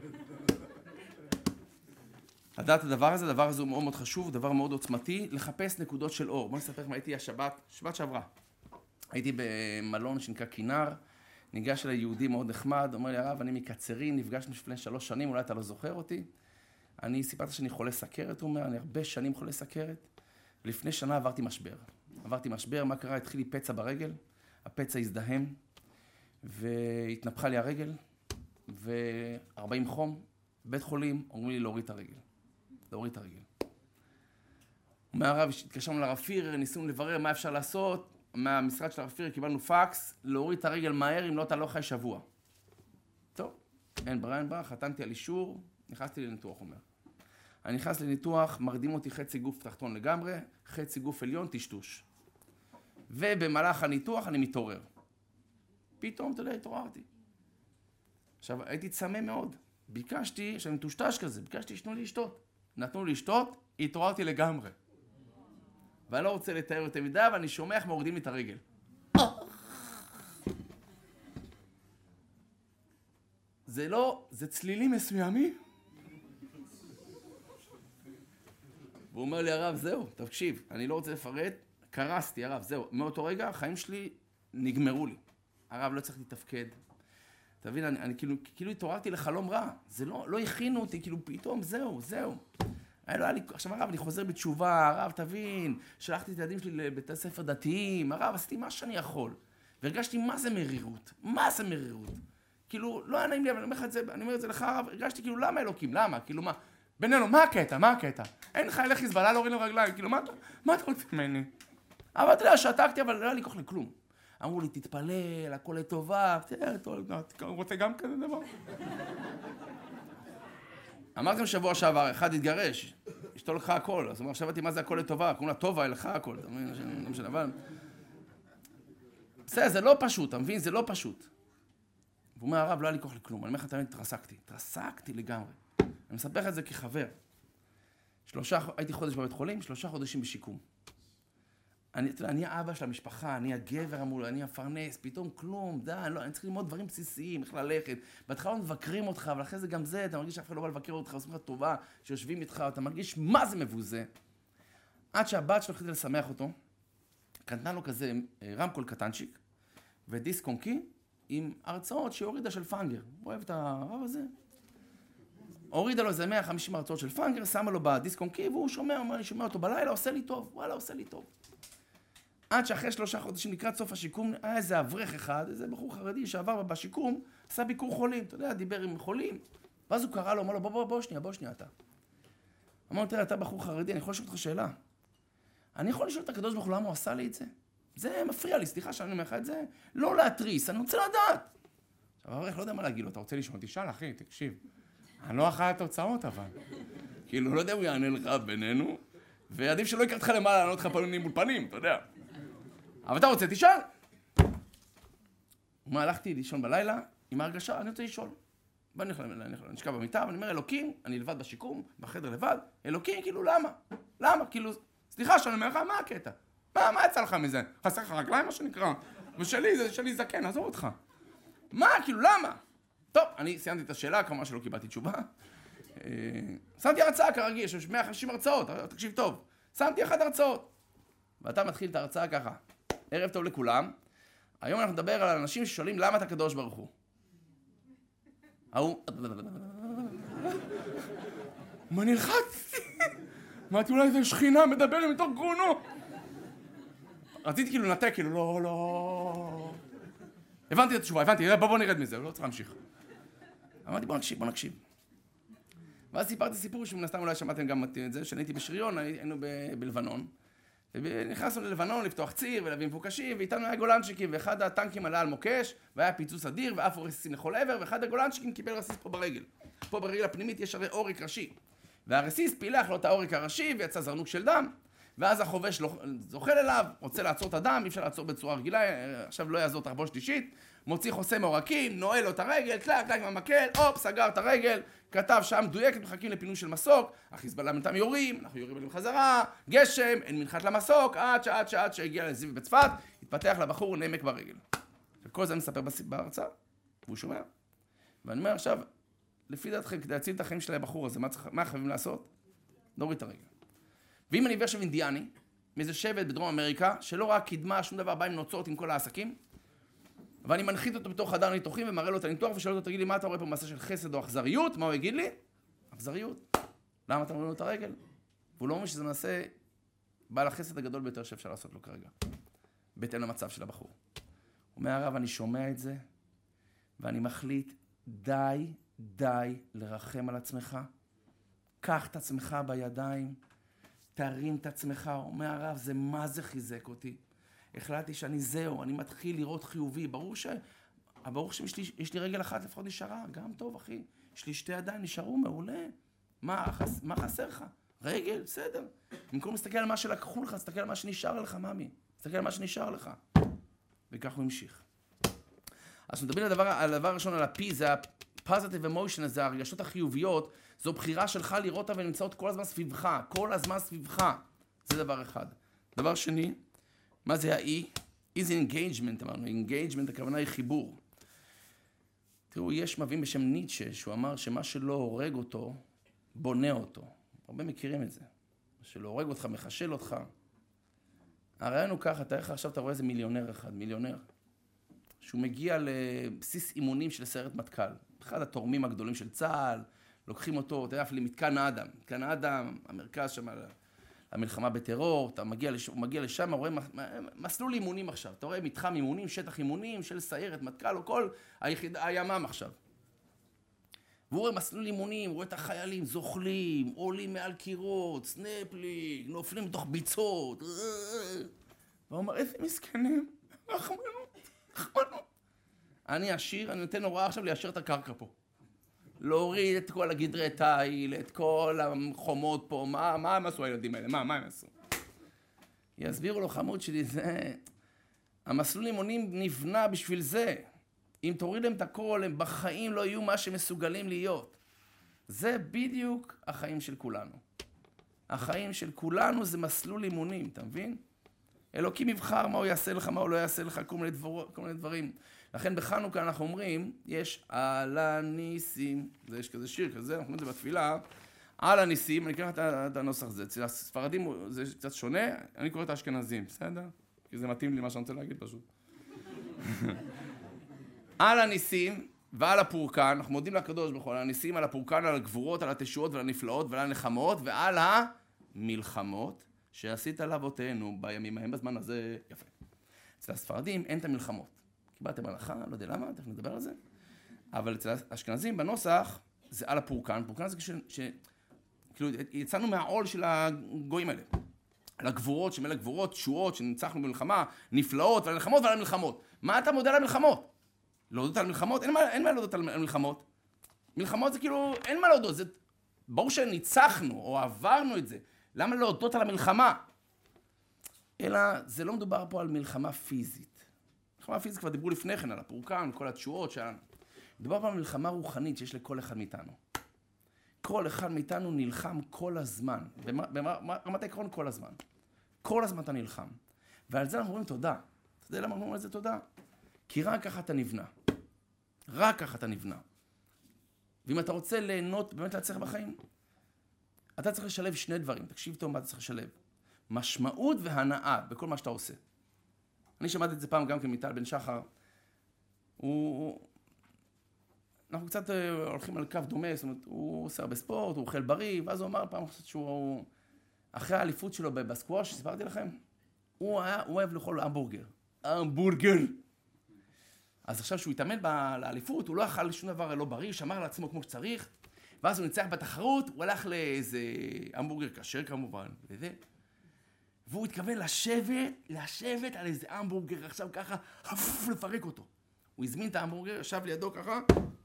לדעת הדבר הזה, הדבר הזה הוא מאוד מאוד חשוב, דבר מאוד עוצמתי, לחפש נקודות של אור. בוא נספר לכם, הייתי השבת, שבת שעברה. הייתי במלון שנקרא כינר, ניגש אליי יהודי מאוד נחמד, אומר לי, הרב, אני מקצרין, נפגשנו לפני שלוש שנים, אולי אתה לא זוכר אותי. אני סיפרתי שאני חולה סכרת, הוא אומר, אני הרבה שנים חולה סכרת. ולפני שנה עברתי משבר. עברתי משבר, מה קרה? התחיל לי פצע ברגל, הפצע הזדהם, והתנפחה לי הרגל, ו-ארבעים חום, בית חולים, אומרים לי להוריד את הרגל. להוריד את הרגל. אומר הרב, התקשרנו לרפיר, ניסינו לברר מה אפשר לעשות, מהמשרד של הרפיר קיבלנו פקס, להוריד את הרגל מהר, אם לא אתה לא חי שבוע. טוב, אין ברירה, אין ברירה, חתמתי על אישור, נכנסתי לניתוח, אומר. אני נכנס לניתוח, מרדים אותי חצי גוף תחתון לגמרי, חצי גוף עליון, טשטוש. ובמהלך הניתוח אני מתעורר. פתאום, אתה יודע, התעוררתי. עכשיו, הייתי צמא מאוד. ביקשתי, שאני מטושטש כזה, ביקשתי שתנו לי לשתות. נתנו לי לשתות, התעוררתי לגמרי. ואני לא רוצה לתאר יותר מדי, ואני שומע איך מורידים לי את הרגל. זה לא, זה צלילים מסוימים. והוא אומר לי, הרב, זהו, תקשיב, אני לא רוצה לפרט, קרסתי, הרב, זהו. מאותו רגע, החיים שלי נגמרו לי. הרב, לא צריך לתפקד. תבין, אני, אני כאילו, כאילו התעוררתי לחלום רע. זה לא, לא הכינו אותי, כאילו פתאום, זהו, זהו. היה לו, היה לי, עכשיו הרב, אני חוזר בתשובה, הרב, תבין, שלחתי את הילדים שלי לבתי ספר דתיים, הרב, עשיתי מה שאני יכול. והרגשתי מה זה מרירות, מה זה מרירות. כאילו, לא היה נעים לי, אבל אני אומר לך את זה, אני אומר את זה לך, הרב, הרגשתי כאילו, למה אלוקים, למה? כאילו, מה? בינינו, מה הקטע, מה הקטע? אין חיילי חיזבאללה להוריד לו רגליים, כאילו, מה, מה אתה רוצה ממני? אבל אתה יודע, שתקתי, אבל לא היה לי כוח לכלום. אמרו לי, תתפלל, הכל לטובה, אתה רוצה גם כזה דבר? אמרתם שבוע שעבר, אחד התגרש, אשתו לקחה הכל, אז אומר, עכשיו אותי מה זה הכל לטובה, קוראים לה טובה, היא לקחה הכל, אתה מבין, אבל... בסדר, זה לא פשוט, אתה מבין, זה לא פשוט. והוא אומר, הרב, לא היה לי כוח לכלום, אני אומר לך, תמיד התרסקתי, התרסקתי לגמרי. אני מספר לך את זה כחבר. שלושה, הייתי חודש בבית חולים, שלושה חודשים בשיקום. אני, אתה יודע, אני האבא של המשפחה, אני הגבר אמור, אני המפרנס, פתאום כלום, די, לא, אני צריך ללמוד דברים בסיסיים, איך ללכת. בהתחלה לא מבקרים אותך, אבל אחרי זה גם זה, אתה מרגיש שאף אחד לא בא לבקר אותך, עושים לך טובה, שיושבים איתך, אתה מרגיש מה זה מבוזה. עד שהבת שלו החליטה לשמח אותו, קנתה לו כזה רמקול קטנצ'יק, ודיסק און-קי עם הרצאות שהורידה של פאנגר. הוא אוהב את הרב הזה. הורידה לו איזה מאה וחמישים הרצאות של פאנגר, שמה לו בדיסק און-קי, והוא שומע, אני שומע אותו בלילה, עושה לי טוב, וואלה, עושה לי טוב. עד שאחרי שלושה חודשים לקראת סוף השיקום, היה איזה אברך אחד, איזה בחור חרדי שעבר בשיקום, עשה ביקור חולים, אתה יודע, דיבר עם חולים, ואז הוא קרא לו, אמר לו, בוא, בוא, בוא שנייה, בוא שנייה אתה. אמר לו, תראה, אתה בחור חרדי, אני יכול לשאול אותך שאלה. אני יכול לשאול את הקדוש ברוך הוא למה הוא עשה לי את זה? זה מפריע לי, סליחה שאני אומר לך את זה, לא להתריס, אני רוצה לדעת. עכשיו, האברך לא יודע מה להגיד לו, אתה רוצה לשאול, תשאל, אחי, תקשיב. אני לא אחראי התוצאות, אבל. כאילו, לא יודע, הוא יענה לך בינינו, ועדיף שלא יקרא אותך למעלה, לענות לך פנים מול פנים, אתה יודע. אבל אתה רוצה, תשאל. ומה, הלכתי לישון בלילה, עם ההרגשה, אני רוצה לשאול. ואני נשכב במיטה, ואני אומר, אלוקים, אני לבד בשיקום, בחדר לבד, אלוקים, כאילו, למה? למה? כאילו, סליחה שאני אומר לך, מה הקטע? מה, מה יצא לך מזה? חסר לך רגליים, מה שנקרא? ושלי, זה שלי זקן, עזוב אותך. מה, כאילו, למה? טוב, אני סיימתי את השאלה, כמובן שלא קיבלתי תשובה. שמתי הרצאה כרגיל, יש מאה וחמישים הרצאות, תקשיב טוב. שמתי אחת הרצאות. ואתה מתחיל את ההרצאה ככה. ערב טוב לכולם. היום אנחנו נדבר על אנשים ששואלים למה אתה קדוש ברוך הוא. ההוא... מה נלחצתי? אמרתי, אולי זה שכינה מדבר מתוך גרונו. רציתי כאילו לנתק, כאילו, לא, לא... הבנתי את התשובה, הבנתי, בוא, בוא נרד מזה, לא צריך להמשיך. אמרתי, בוא נקשיב, בוא נקשיב. ואז סיפרתי סיפור שמן הסתם אולי שמעתם גם את זה, שאני הייתי בשריון, היינו בלבנון. ונכנסנו ללבנון לפתוח ציר ולהביא מבוקשים, ואיתנו היה גולנצ'יקים, ואחד הטנקים עלה על מוקש, והיה פיצוץ אדיר, ועפו רסיסים לכל עבר, ואחד הגולנצ'יקים קיבל רסיס פה ברגל. פה ברגל הפנימית יש הרי עורק ראשי. והרסיס פילח לו את העורק הראשי, ויצא זרנוק של דם, ואז החובש זוחל אליו, רוצה לעצור את הדם, אי אפשר לעצור בצורה רגילה, עכשיו לא יעזור תחבושת אישית, מוציא חוסם מעורקים, נועל לו את הרגל, קלק, קלק מהמקל, הופ, סגר את הרגל, כתב שם מדויקת, מחכים לפינוי של מסוק, החיזבאללה בינתיים יורים, אנחנו יורים עליהם חזרה, גשם, אין מנחת למסוק, עד שעד שעד שהגיע לזיו בצפת, התפתח לבחור נמק ברגל. וכל זה אני מספר בהרצאה, והוא שומע. ואני אומר עכשיו, לפי דעתכם, כדי להציל את החיים של הבחור הזה, מה, צריך, מה חייבים לעשות? נוריד את הרגל. ואם אני עובר שם אינדיאני, מאיזה שבט בדרום אמריקה, שלא רק קידמה שום דבר, בא עם נוצות עם כל העסקים, ואני מנחית אותו בתוך חדר ניתוחים ומראה לו את הניתוח ושואל אותו, תגיד לי, מה אתה רואה פה מעשה של חסד או אכזריות? מה הוא יגיד לי? אכזריות. למה אתה מראה לו את הרגל? והוא לא אומר שזה מעשה בעל החסד הגדול ביותר שאפשר לעשות לו כרגע, בהתאם למצב של הבחור. הוא אומר, הרב, אני שומע את זה, ואני מחליט, די, די לרחם על עצמך, קח את עצמך בידיים, תרים את עצמך, הוא אומר, הרב, זה מה זה חיזק אותי? החלטתי שאני זהו, אני מתחיל לראות חיובי, ברור ש... ברור שיש לי, יש לי רגל אחת לפחות נשארה, גם טוב, אחי. יש לי שתי ידיים, נשארו, מעולה. מה, חס... מה חסר לך? רגל, בסדר. במקום להסתכל על מה שלקחו לך, תסתכל על מה שנשאר לך, ממי. תסתכל על מה שנשאר לך. וכך הוא המשיך. אז נדבר על הדבר, על הדבר הראשון, על ה-P, זה ה-positive emotion, זה הרגשות החיוביות, זו בחירה שלך לראות אותה ונמצאות כל הזמן סביבך, כל הזמן סביבך. זה דבר אחד. דבר שני, מה זה ה-E? E זה engagement, אמרנו. engagement, הכוונה היא חיבור. תראו, יש מבין בשם ניטשה, שהוא אמר שמה שלא הורג אותו, בונה אותו. הרבה מכירים את זה. מה שלא הורג אותך, מחשל אותך. הרעיון הוא ככה, אתה איך עכשיו אתה רואה איזה מיליונר אחד, מיליונר, שהוא מגיע לבסיס אימונים של סיירת מטכ"ל. אחד התורמים הגדולים של צה"ל, לוקחים אותו, אתה יודע, למתקן האדם. מתקן האדם, המרכז שם, המלחמה בטרור, אתה מגיע, לש... מגיע לשם, רואה מסלול אימונים עכשיו. אתה רואה מתחם אימונים, שטח אימונים של סיירת מטכ"ל או כל היחיד... הימ"מ עכשיו. והוא רואה מסלול אימונים, רואה את החיילים זוחלים, עולים מעל קירות, סנפלינג, נופלים בתוך ביצות. והוא אומר, איזה מסכנים, רחמנות, רחמנות. אני עשיר, אני נותן הוראה עכשיו ליישר את הקרקע פה. להוריד את כל הגדרי תיל, את כל החומות פה, מה, מה הם עשו הילדים האלה? מה, מה הם עשו? יסבירו לו, חמוד שלי, זה... המסלול אימונים נבנה בשביל זה. אם תוריד להם את הכל, הם בחיים לא יהיו מה שמסוגלים להיות. זה בדיוק החיים של כולנו. החיים של כולנו זה מסלול אימונים, אתה מבין? אלוקים יבחר מה הוא יעשה לך, מה הוא לא יעשה לך, כל מיני, דבר, כל מיני דברים. לכן בחנוכה אנחנו אומרים, יש על הניסים, זה יש כזה שיר כזה, אנחנו אומרים את זה בתפילה, על הניסים, אני אקרא את הנוסח הזה, אצל הספרדים זה קצת שונה, אני קורא את האשכנזים, בסדר? כי זה מתאים לי מה שאני רוצה להגיד פשוט. על הניסים ועל הפורקן, אנחנו מודים לקדוש ברוך הוא, על הניסים, על הפורקן, על הגבורות, על התשועות ועל הנפלאות ועל הנחמות ועל המלחמות שעשית לאבותינו בימים ההם בזמן הזה, יפה. אצל הספרדים אין את המלחמות. קיבלתם הלכה, לא יודע למה, תכף נדבר על זה. אבל אצל האשכנזים בנוסח זה על הפורקן, פורקן זה ש... ש... כאילו יצאנו מהעול של הגויים האלה. על הגבורות, שמאלה גבורות, תשועות, שנצחנו במלחמה, נפלאות ועל המלחמות ועל המלחמות. מה אתה מודה על המלחמות? להודות על מלחמות? אין מה, אין מה להודות על מלחמות. מלחמות זה כאילו, אין מה להודות, זה ברור שניצחנו או עברנו את זה. למה להודות על המלחמה? אלא זה לא מדובר פה על מלחמה פיזית. מלחמה פיזית כבר דיברו לפני כן, על הפורקן, כל התשועות שלנו. מדובר פה על מלחמה רוחנית שיש לכל אחד מאיתנו. כל אחד מאיתנו נלחם כל הזמן. ברמת העקרון כל הזמן. כל הזמן אתה נלחם. ועל זה אנחנו אומרים תודה. אתה יודע למה אנחנו אומרים על זה תודה? כי רק ככה אתה נבנה. רק ככה אתה נבנה. ואם אתה רוצה ליהנות, באמת להצליח בחיים, אתה צריך לשלב שני דברים. תקשיב טוב מה אתה צריך לשלב. משמעות והנאה בכל מה שאתה עושה. אני שמעתי את זה פעם גם כמיטל בן שחר. הוא... אנחנו קצת הולכים על קו דומה, זאת אומרת, הוא עושה הרבה ספורט, הוא אוכל בריא, ואז הוא אמר פעם שהוא... אחרי האליפות שלו בסקווש, סיפרתי לכם, הוא, היה, הוא אוהב לאכול המבורגר. המבורגר! אז עכשיו שהוא התאמן לאליפות, הוא לא אכל שום דבר לא בריא, שמר לעצמו כמו שצריך, ואז הוא ניצח בתחרות, הוא הלך לאיזה המבורגר כשר כמובן, וזה. והוא התכוון לשבת, לשבת על איזה המבורגר, עכשיו ככה, לפרק אותו. הוא הזמין את ההמבורגר, ישב לידו ככה,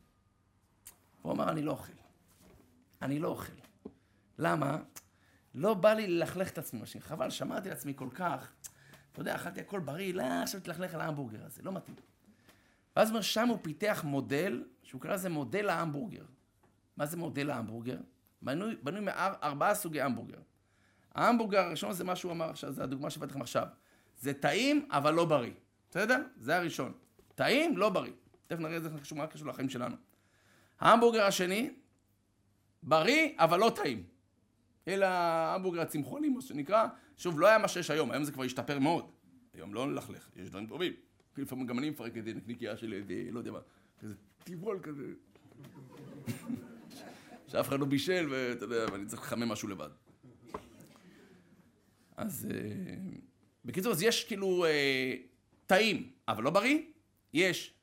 הוא אמר, אני לא אוכל. אני לא אוכל. למה? לא בא לי ללכלך את עצמי, משהו. חבל, שמרתי לעצמי כל כך. אתה יודע, אכלתי הכל בריא, לא, עכשיו תלכלך על ההמבורגר הזה, לא מתאים. ואז אומר, שם הוא פיתח מודל, שהוא קרא לזה מודל ההמבורגר. מה זה מודל ההמבורגר? בנוי, בנוי מארבעה סוגי המבורגר. ההמבורגר הראשון זה מה שהוא אמר עכשיו, זה הדוגמה שבאת לכם עכשיו. זה טעים, אבל לא בריא. בסדר? זה הראשון. טעים, לא בריא. תכף נראה איזה קשור, מה קשור לחיים שלנו. ההמבורגר השני, בריא, אבל לא טעים. אלא ההמבורגר הצמחוני, מה שנקרא, שוב, לא היה מה שיש היום, היום זה כבר השתפר מאוד. היום לא נלכלך, יש דברים טובים. לפעמים גם אני מפרק את נקניקייה של איזה, לא יודע מה, כזה טיבול כזה. שאף אחד לא בישל, ואתה יודע, ואני צריך לחמם משהו לבד. אז בקיצור, אז יש כאילו טעים, אבל לא בריא. יש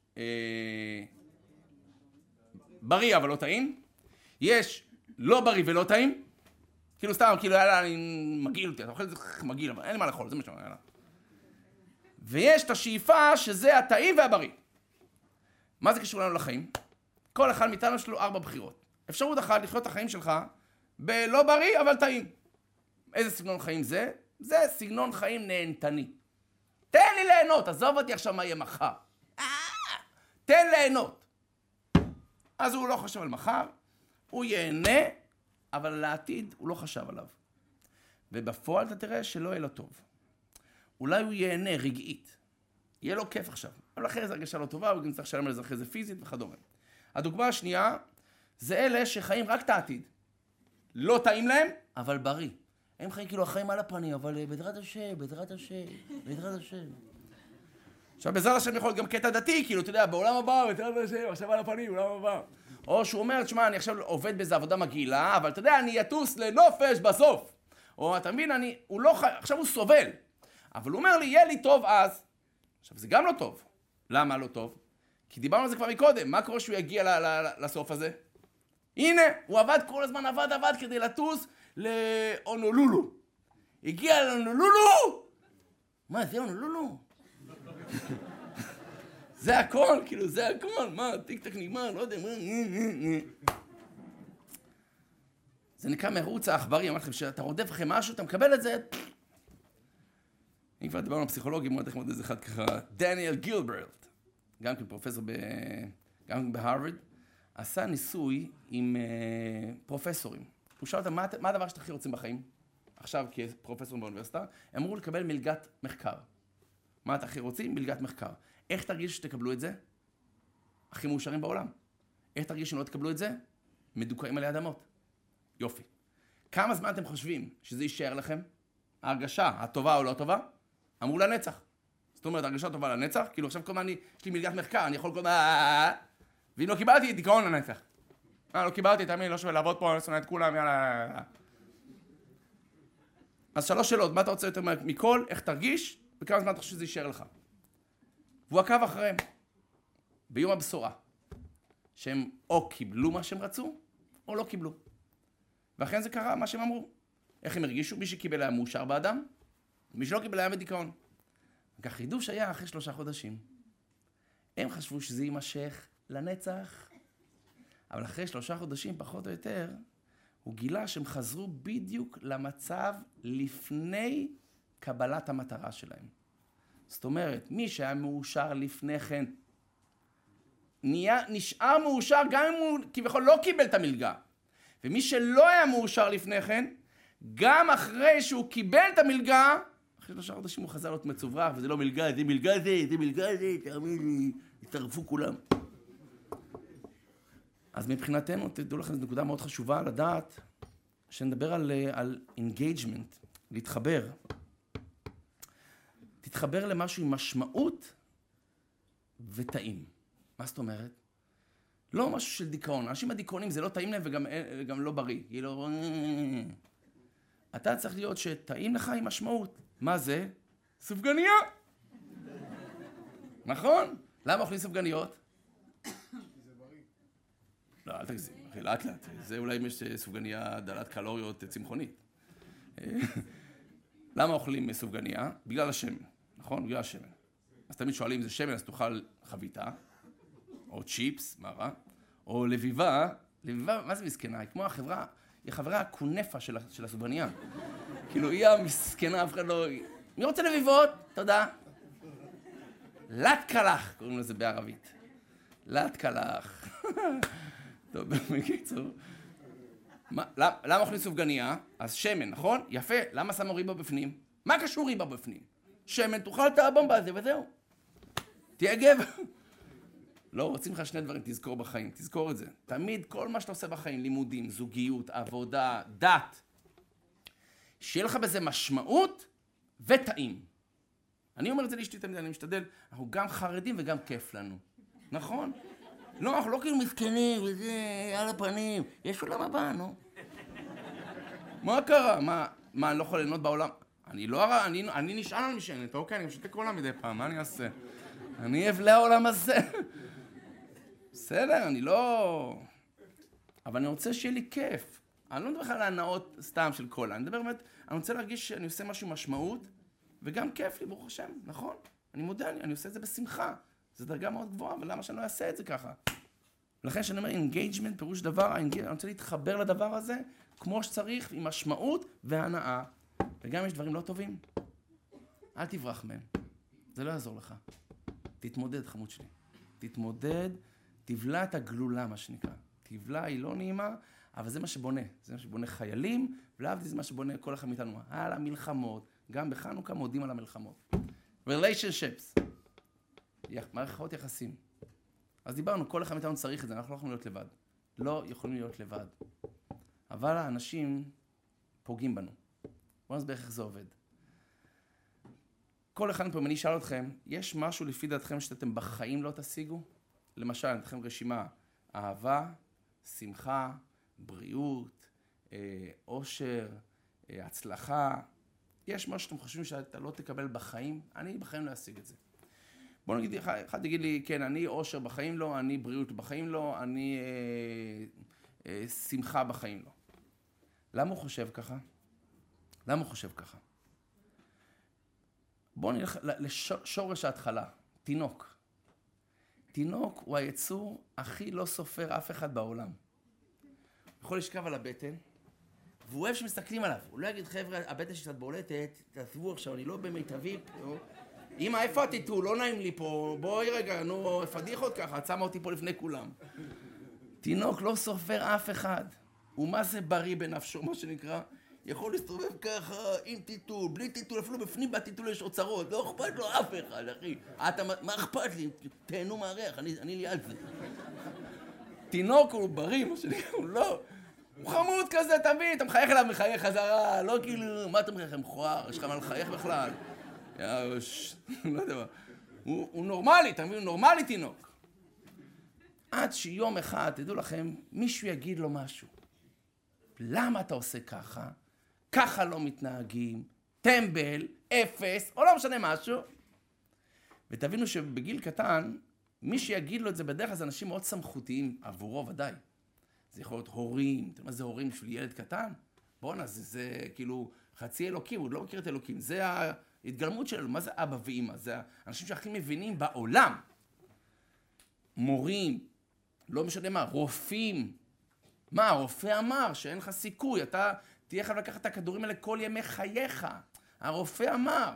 בריא, אבל לא טעים. יש לא בריא ולא טעים. כאילו סתם, כאילו, יאללה, אני מגעיל אותי, אתה אוכל את זה מגעיל, אבל אין לי מה לאכול, זה מה שאומר, יאללה. ויש את השאיפה שזה הטעים והבריא. מה זה קשור לנו לחיים? כל אחד מאיתנו יש לו ארבע בחירות. אפשרות אחת לחיות את החיים שלך בלא בריא, אבל טעים. איזה סגנון חיים זה? זה סגנון חיים נהנתני. תן לי ליהנות, עזוב אותי עכשיו מה יהיה מחר. תן ליהנות. אז הוא לא חושב על מחר, הוא ייהנה, אבל לעתיד הוא לא חשב עליו. ובפועל אתה תראה שלא יהיה לו טוב. אולי הוא ייהנה רגעית. יהיה לו כיף עכשיו. אבל אחרי זה הרגשה לא טובה, הוא גם צריך לשלם על זה אחרי זה פיזית וכדומה. הדוגמה השנייה, זה אלה שחיים רק את העתיד. לא טעים להם, אבל בריא. הם חיים כאילו החיים על הפנים, אבל בעזרת השם, בעזרת השם, בעזרת השם. עכשיו, בעזרת השם יכול גם קטע דתי, כאילו, אתה יודע, בעולם הבא, בעזרת השם, עכשיו על הפנים, בעולם הבא. או שהוא אומר, תשמע, אני עכשיו עובד באיזו עבודה מגעילה, אבל אתה יודע, אני יטוס לנופש בסוף. או, אתה מבין, אני, הוא לא חי, עכשיו הוא סובל. אבל הוא אומר לי, יהיה לי טוב אז. עכשיו, זה גם לא טוב. למה לא טוב? כי דיברנו על זה כבר מקודם. מה קורה שהוא יגיע ל- ל- לסוף הזה? הנה, הוא עבד כל הזמן, עבד, עבד כדי לטוס לאונולולו. הגיע לאונולולו! מה, זה אונולולו? זה הכל, כאילו, זה הכל. מה, טיק טק נגמר, לא יודע, מה... זה נקרא מרוץ העכברי, אמרתי לכם, שאתה רודף אחרי משהו, אתה מקבל את זה... אם כבר דיברנו על פסיכולוגים, אמרתי לכם עוד איזה אחד ככה, דניאל גילברט, גם כן פרופסור ב... גם בהרווארד, עשה ניסוי עם uh, פרופסורים. הוא שאל אותם, מה, מה הדבר שאתה הכי רוצים בחיים? עכשיו כפרופסור באוניברסיטה, הם אמרו לקבל מלגת מחקר. מה אתה הכי רוצים? מלגת מחקר. איך תרגיש שתקבלו את זה? הכי מאושרים בעולם. איך תרגיש שלא תקבלו את זה? מדוכאים עלי אדמות. יופי. כמה זמן אתם חושבים שזה יישאר לכם? ההרגשה, הטובה או לא טובה? אמרו לנצח. זאת אומרת, הרגשה טובה לנצח, כאילו עכשיו כל מה אני, יש לי מלגת מחקר, אני יכול כל מה... ואם לא קיבלתי, דיכאון לנצח. אה, לא קיבלתי, תאמין, לא שווה לעבוד פה, אני שונא את כולם, יאללה. אז שלוש שאלות, מה אתה רוצה יותר מכל, איך תרגיש, וכמה זמן אתה חושב שזה יישאר לך. והוא עקב אחריהם. ביום הבשורה. שהם או קיבלו מה שהם רצו, או לא קיבלו. ואכן זה קרה, מה שהם אמרו. איך הם הרגישו? מי שקיבל היה מאושר באדם, מי שלא קיבל היה בדיכאון. החידוש היה אחרי שלושה חודשים. הם חשבו שזה יימשך לנצח, אבל אחרי שלושה חודשים, פחות או יותר, הוא גילה שהם חזרו בדיוק למצב לפני קבלת המטרה שלהם. זאת אומרת, מי שהיה מאושר לפני כן, נהיה, נשאר מאושר גם אם הוא כביכול לא קיבל את המלגה. ומי שלא היה מאושר לפני כן, גם אחרי שהוא קיבל את המלגה, אחרי שלושה חודשים הוא חזר להיות מצוברח, וזה לא מלגה, זה מלגה זה, זה מלגה זה, תאמין לי, התערפו כולם. אז מבחינתנו, תדעו לכם, זו נקודה מאוד חשובה לדעת, שנדבר על, על engagement, להתחבר. תתחבר למשהו עם משמעות וטעים. מה זאת אומרת? לא משהו של דיכאון. אנשים הדיכאונים זה לא טעים להם וגם, וגם לא בריא. כאילו... אתה צריך להיות שטעים לך עם משמעות. מה זה? סופגניה. נכון? למה אוכלים סופגניות? כי זה בריא. לא, אל תגזים, אחי, לאט לאט. זה אולי אם יש סופגניה דלת קלוריות צמחונית. למה אוכלים סופגניה? בגלל השמן, נכון? בגלל השמן. אז תמיד שואלים אם זה שמן, אז תאכל חביתה, או צ'יפס, מה רע? או לביבה. לביבה, מה זה מסכנה? היא כמו החברה, היא החברה הקונפה של, של הסופגניה. כאילו, היא המסכנה, אף אחד לא... מי רוצה לביבות? תודה. לת קלח, קוראים לזה בערבית. לת קלח. טוב, בקיצור. למה אוכלים סופגניה? אז שמן, נכון? יפה. למה שמו ריבה בפנים? מה קשור ריבה בפנים? שמן, תאכל את הבומבה הזה וזהו. תהיה גבר. לא, רוצים לך שני דברים, תזכור בחיים, תזכור את זה. תמיד כל מה שאתה עושה בחיים, לימודים, זוגיות, עבודה, דת, שיהיה לך בזה משמעות וטעים. אני אומר את זה לאשתי תמיד, אני משתדל, אנחנו גם חרדים וגם כיף לנו. נכון? לא, אנחנו לא כאילו מסכנים וזה, על הפנים, יש עולם הבא, נו. מה קרה? מה, מה, אני לא יכול ליהנות בעולם? אני לא, אני, אני נשען על משענת, אוקיי, אני משתק עולם מדי פעם, מה אני אעשה? אני אבלה העולם הזה. בסדר, אני לא... אבל אני רוצה שיהיה לי כיף. אני לא מדבר לך על ההנאות סתם של קולה, אני מדבר באמת, אני רוצה להרגיש שאני עושה משהו משמעות, וגם כיף לי, ברוך השם, נכון? אני מודה, אני, אני עושה את זה בשמחה. זו דרגה מאוד גבוהה, אבל למה שאני לא אעשה את זה ככה? לכן שאני אומר, engagement, פירוש דבר, אני רוצה להתחבר לדבר הזה, כמו שצריך, עם משמעות והנאה. וגם יש דברים לא טובים, אל תברח מהם. זה לא יעזור לך. תתמודד, חמוד שלי. תתמודד, תבלע את הגלולה, מה שנקרא. תבלע היא לא נעימה, אבל זה מה שבונה. זה מה שבונה חיילים, ולהבדיל זה מה שבונה כל אחד מאיתנו. על המלחמות, גם בחנוכה מודים על המלחמות. relationships. מערכות יחסים. אז דיברנו, כל אחד מאיתנו צריך את זה, אנחנו לא יכולים להיות לבד. לא יכולים להיות לבד. אבל האנשים פוגעים בנו. בואו נסביר איך זה עובד. כל אחד פה, אם אני אשאל אתכם, יש משהו לפי דעתכם שאתם בחיים לא תשיגו? למשל, אני אתכם רשימה, אהבה, שמחה, בריאות, אושר, הצלחה. יש משהו שאתם חושבים שאתה לא תקבל בחיים? אני בחיים לא אשיג את זה. בואו נגיד, אחד יגיד לי, כן, אני אושר בחיים לא, אני בריאות בחיים לא, אני אה, אה, שמחה בחיים לא. למה הוא חושב ככה? למה הוא חושב ככה? בואו נלך לשורש ההתחלה, תינוק. תינוק הוא היצור הכי לא סופר אף אחד בעולם. הוא יכול לשכב על הבטן, והוא אוהב שמסתכלים עליו. הוא לא יגיד, חבר'ה, הבטן שקצת בולטת, תעזבו עכשיו, אני לא במיטבי. אמא, איפה התיתו? לא נעים לי פה. בואי רגע, נו, פדיחות ככה, את שמה אותי פה לפני כולם. תינוק לא סופר אף אחד. ומה זה בריא בנפשו, מה שנקרא? יכול להסתובב ככה, עם טיטול, בלי טיטול, אפילו בפנים בטיטול יש אוצרות, לא אכפת לו אף אחד, אחי. אתה, מה אכפת לי? תהנו מהריח, אני, אני לי על זה. תינוק הוא בריא, מה שנקרא, הוא לא. הוא חמוד כזה, אתה מבין? אתה מחייך אליו, מחייך חזרה, לא כאילו, מה אתה מחייך? מכוער, יש לך מה לחייך בכלל? יאוש, לא יודע מה. הוא, הוא נורמלי, אתה מבין? הוא נורמלי תינוק. עד שיום אחד, תדעו לכם, מישהו יגיד לו משהו. למה אתה עושה ככה? ככה לא מתנהגים, טמבל, אפס, או לא משנה משהו. ותבינו שבגיל קטן, מי שיגיד לו את זה בדרך כלל זה אנשים מאוד סמכותיים, עבורו ודאי. זה יכול להיות הורים, אתה יודע מה זה הורים בשביל ילד קטן? בוא'נה, זה, זה כאילו חצי אלוקים, הוא לא מכיר את אלוקים, זה ההתגלמות שלו, מה זה אבא ואמא? זה האנשים שהכי מבינים בעולם. מורים, לא משנה מה, רופאים. מה, הרופא אמר שאין לך סיכוי, אתה תהיה חייב לקחת את הכדורים האלה כל ימי חייך. הרופא אמר.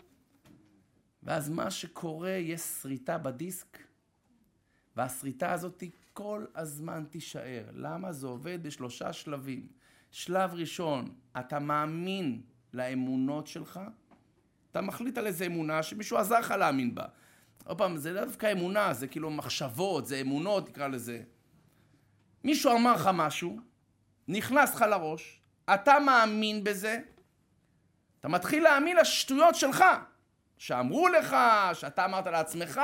ואז מה שקורה, יש שריטה בדיסק, והשריטה הזאת כל הזמן תישאר. למה? זה עובד בשלושה שלבים. שלב ראשון, אתה מאמין לאמונות שלך, אתה מחליט על איזה אמונה שמישהו עזר לך להאמין בה. עוד פעם, זה לא דווקא אמונה, זה כאילו מחשבות, זה אמונות, תקרא לזה. מישהו אמר לך משהו, נכנס לך לראש, אתה מאמין בזה, אתה מתחיל להאמין לשטויות שלך, שאמרו לך, שאתה אמרת לעצמך,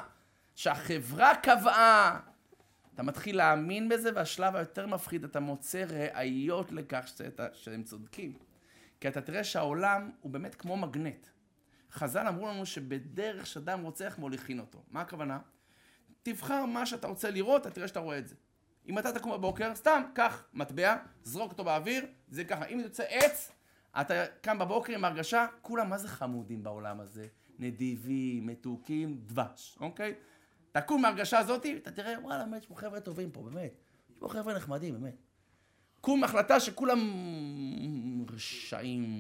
שהחברה קבעה. אתה מתחיל להאמין בזה, והשלב היותר מפחיד, אתה מוצא ראיות לכך שהם צודקים. כי אתה תראה שהעולם הוא באמת כמו מגנט. חז"ל אמרו לנו שבדרך שאדם רוצה איך מוליכין אותו. מה הכוונה? תבחר מה שאתה רוצה לראות, אתה תראה שאתה רואה את זה. אם אתה תקום בבוקר, סתם, קח מטבע, זרוק אותו באוויר, זה ככה. אם יוצא עץ, אתה קם בבוקר עם הרגשה, כולם מה זה חמודים בעולם הזה? נדיבים, מתוקים, דבש, אוקיי? תקום מהרגשה הזאת, אתה תראה, וואלה, באמת, יש פה חבר'ה טובים פה, באמת. יש פה חבר'ה נחמדים, באמת. קום מהחלטה שכולם רשעים.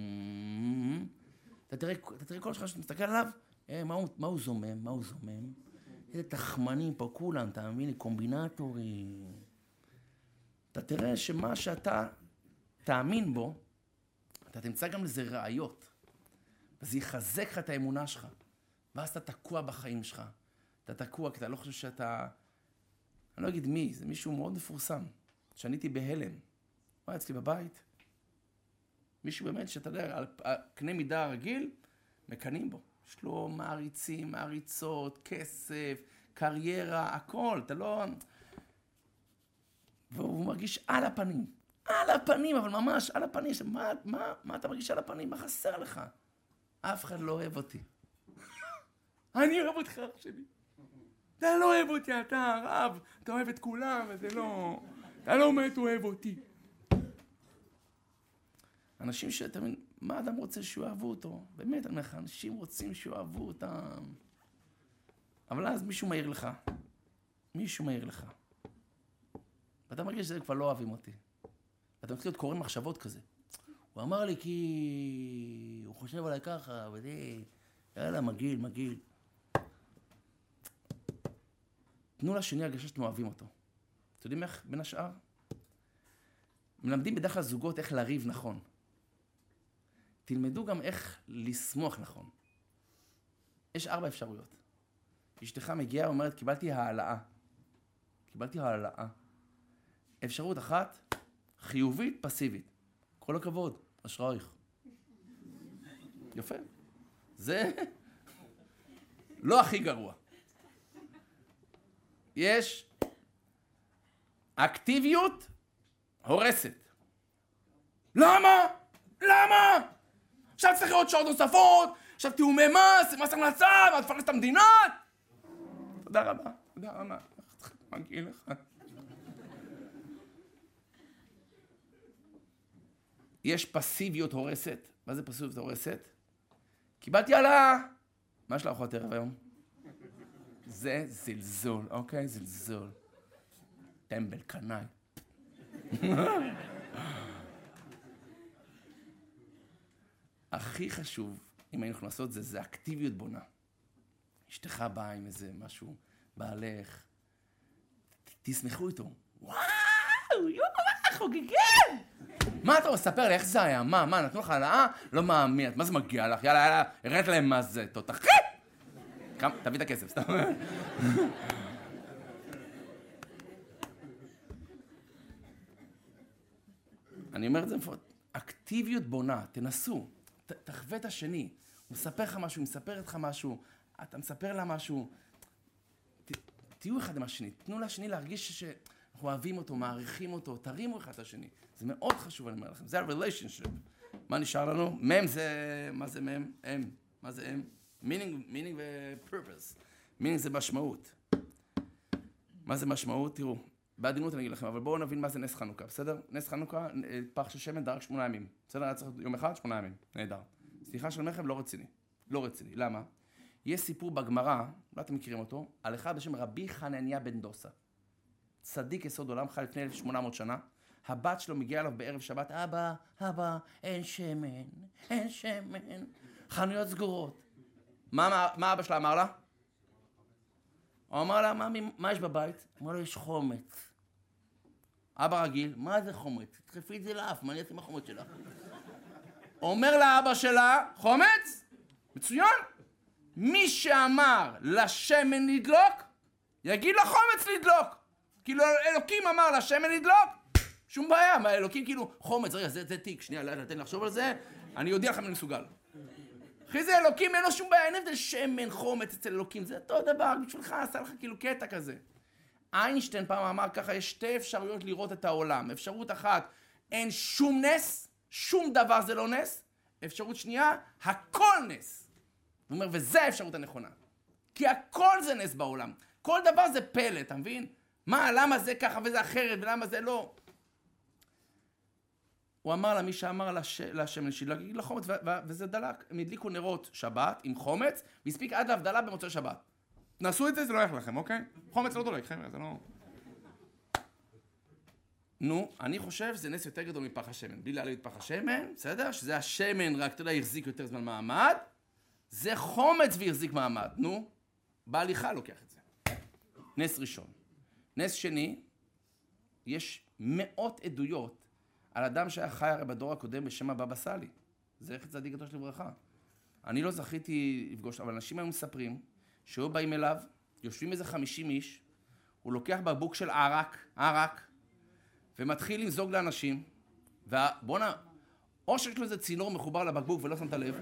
אתה תראה, אתה תראה כל שלך שאתה מסתכל עליו, אה, מה הוא, מה הוא זומם, מה הוא זומם? איזה תחמנים פה כולם, אתה מבין, קומבינטורים. אתה תראה שמה שאתה תאמין בו, אתה תמצא גם לזה ראיות. וזה יחזק לך את האמונה שלך. ואז אתה תקוע בחיים שלך. אתה תקוע, כי אתה לא חושב שאתה... אני לא אגיד מי, זה מישהו מאוד מפורסם. שאני הייתי בהלם. הוא היה אצלי בבית. מישהו באמת שאתה יודע, על קנה מידה רגיל, מקנים בו. יש לו מעריצים, מעריצות, כסף, קריירה, הכל. אתה לא... והוא מרגיש על הפנים. על הפנים, אבל ממש על הפנים. מה, מה, מה אתה מרגיש על הפנים? מה חסר לך? אף אחד לא אוהב אותי. אני אוהב אותך, אח שלי. אתה לא אוהב אותי, אתה הרב. אתה אוהב את כולם, וזה לא... אתה לא באמת אוהב אותי. אנשים שאתה מבין, מה אדם רוצה שאוהבו אותו? באמת, אני אומר לך, אנשים רוצים שאוהבו אותם. אבל אז מישהו מעיר לך. מישהו מעיר לך. ואתה מרגיש שזה כבר לא אוהבים אותי. ואתה מתחיל להיות קוראים מחשבות כזה. הוא אמר לי כי הוא חושב עליי ככה, וזה... יאללה, מגעיל, מגעיל. תנו לשני הרגשה שאתם אוהבים אותו. אתם יודעים איך בין השאר? מלמדים בדרך כלל זוגות איך לריב נכון. תלמדו גם איך לשמוח נכון. יש ארבע אפשרויות. אשתך מגיעה ואומרת, קיבלתי העלאה. קיבלתי העלאה. אפשרות אחת, חיובית, פסיבית. כל הכבוד, אשרייך. יפה. זה לא הכי גרוע. יש אקטיביות הורסת. למה? למה? עכשיו צריך להיות שעות נוספות, עכשיו תיאומי מס, מס הכנסה, תפרנס את המדינה. תודה רבה, תודה רבה. מגיע לך. יש פסיביות הורסת. מה זה פסיביות הורסת? קיבלתי עלה. מה יש לארוחת ערב היום? זה זלזול, אוקיי? זלזול. טמבל, קנאי. הכי חשוב, אם היינו יכולים לעשות זה, זה אקטיביות בונה. אשתך באה עם איזה משהו, בעלך. תשמחו איתו. וואו, יואו, חוגגים! מה אתה מספר לי? איך זה היה? מה, מה, נתנו לך העלאה? לא מאמין, מה זה מגיע לך? יאללה, יאללה, הראת להם מה זה, תותחית! תביא את הכסף, סתם. אני אומר את זה מפורט. אקטיביות בונה, תנסו, ת, תחווה את השני. הוא מספר לך משהו, הוא מספר לך משהו, אתה מספר לה משהו. ת, תהיו אחד עם השני, תנו לשני להרגיש שאנחנו אוהבים אותו, מעריכים אותו, תרימו אחד את השני. זה מאוד חשוב, אני אומר לכם, זה ה-relationship. מה נשאר לנו? מם זה, מה זה מם? אם. מה זה אם? meaning, meaning ו-purpose. meaning זה משמעות. מה זה משמעות? תראו. בעדינות אני אגיד לכם, אבל בואו נבין מה זה נס חנוכה, בסדר? נס חנוכה, פח של שמן דרק שמונה ימים. בסדר? היה צריך יום אחד, שמונה ימים. נהדר. סליחה של מרחב, לא רציני. לא רציני. למה? יש סיפור בגמרא, לא אתם מכירים אותו, על אחד בשם רבי חנניה בן דוסה. צדיק יסוד עולם, חי לפני אלף ושמונה מאות שנה. הבת שלו מגיעה אליו בערב שבת, אבא, אבא, אין שמן, אין שמן. חנויות סגורות. מה, מה, מה אבא שלה אמר לה? הוא אמר לה, מה, מה יש בבית? הוא אמר לו, יש חומץ. אבא רגיל, מה זה חומץ? תדחפי את זה לאף, מה אני אעשה עם החומץ שלך? אומר לאבא שלה, חומץ? מצוין. מי שאמר לשמן לדלוק, יגיד לחומץ לדלוק. כאילו אלוקים אמר לשמן לדלוק, שום בעיה, מה אלוקים כאילו, חומץ, רגע, זה, זה תיק, שנייה, תן לחשוב על זה, אני יודיע לך אם אני מסוגל. אחרי זה אלוקים אין לו שום בעיה, אין הבדל שמן, חומץ אצל אלוקים, זה אותו דבר, בשבילך עשה לך כאילו קטע כזה. איינשטיין פעם אמר ככה, יש שתי אפשרויות לראות את העולם. אפשרות אחת, אין שום נס, שום דבר זה לא נס. אפשרות שנייה, הכל נס. הוא אומר, וזה האפשרות הנכונה. כי הכל זה נס בעולם. כל דבר זה פלא, אתה מבין? מה, למה זה ככה וזה אחרת, ולמה זה לא? הוא אמר לה, מי שאמר לשמן שלה, להגיד לחומץ, וזה דלק. הם הדליקו נרות שבת עם חומץ, והספיק עד להבדלה במוצאי שבת. תנסו את זה, זה לא ילך לכם, אוקיי? חומץ לא דולק, חבר'ה, זה לא... נו, אני חושב שזה נס יותר גדול מפח השמן. בלי להעליב את פח השמן, בסדר? שזה השמן רק, אתה יודע, יחזיק יותר זמן מעמד. זה חומץ ויחזיק מעמד. נו, בהליכה לוקח את זה. נס ראשון. נס שני, יש מאות עדויות על אדם שהיה חי הרי בדור הקודם בשם הבבא סאלי. זכר צדיק קדוש לברכה. אני לא זכיתי לפגוש, אבל אנשים היו מספרים שהיו באים אליו, יושבים איזה חמישים איש, הוא לוקח בקבוק של ערק, ערק, ומתחיל למזוג לאנשים, ובוא נע... או שיש לו איזה צינור מחובר לבקבוק ולא שמת לב.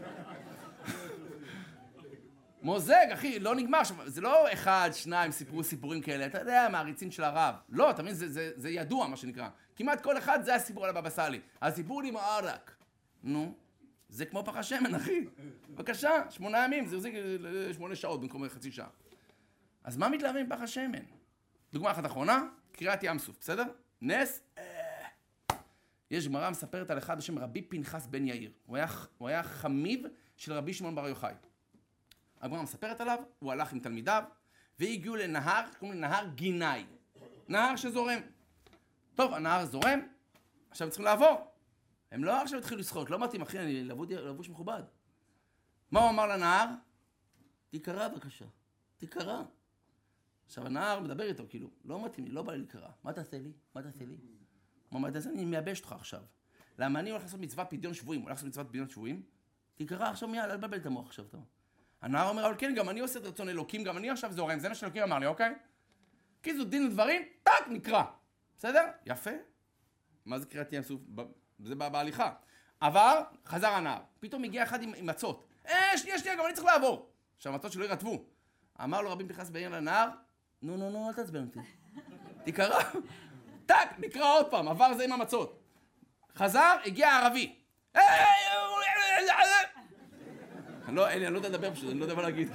מוזג, אחי, לא נגמר. זה לא אחד, שניים, סיפרו סיפורים כאלה, אתה יודע, מעריצים של הרב. לא, אתה מבין, זה, זה, זה ידוע, מה שנקרא. כמעט כל אחד זה הסיפור על הבבא סאלי. הסיפור עם הערק. נו, זה כמו פח השמן, אחי. בבקשה, שמונה ימים, זה יוזיק שמונה שעות במקום חצי שעה. אז מה מתלהבים עם פח השמן? דוגמה אחת אחרונה, קריאת ים סוף, בסדר? נס, יש גמרא מספרת על אחד בשם רבי פנחס בן יאיר. הוא היה, הוא היה חמיב של רבי שמעון בר יוחאי. הגמרא מספרת עליו, הוא הלך עם תלמידיו, והגיעו לנהר, קוראים לנהר גיני. נהר שזורם. טוב, הנהר זורם, עכשיו צריכים לעבור. הם לא עכשיו התחילו לשחות, לא מתאים, אחי, אני לבוש מכובד. מה הוא אמר לנהר? תיקרא בבקשה, תיקרא. עכשיו הנער מדבר איתו, כאילו, לא מתאים לי, לא בא לי לקרוא. מה תעשה לי? מה תעשה לי? הוא אומר, אני מייבש אותך עכשיו. למה אני הולך לעשות מצוות פדיון שבויים, הולך לעשות מצוות פדיון שבויים? תקרא עכשיו מיד, אל תבלבל את המוח עכשיו, טוב. הנער אומר, אבל כן, גם אני עושה את רצון אלוקים, גם אני עכשיו זורם, זה מה שאלוקים אמר לי, אוקיי? כי זו דין ודברים, טק, נקרא. בסדר? יפה. מה זה קריאת ים סוף? זה בהליכה. עבר, חזר הנער. פתאום הגיע אחד עם, עם מצות. אה, שנייה, שנייה, גם אני צריך לעבור. עכשיו, המצות שלא ירטבו. אמר לו רבי פנחס בן יאיר לנער, נו, נו, נו, אל תעצבן אותי. תקרא. טק, נקרא עוד פעם, עבר זה עם המצות. חזר, הגיע הערבי. לא, אלי, אני לא יודע לדבר פשוט, אני לא יודע מה להגיד.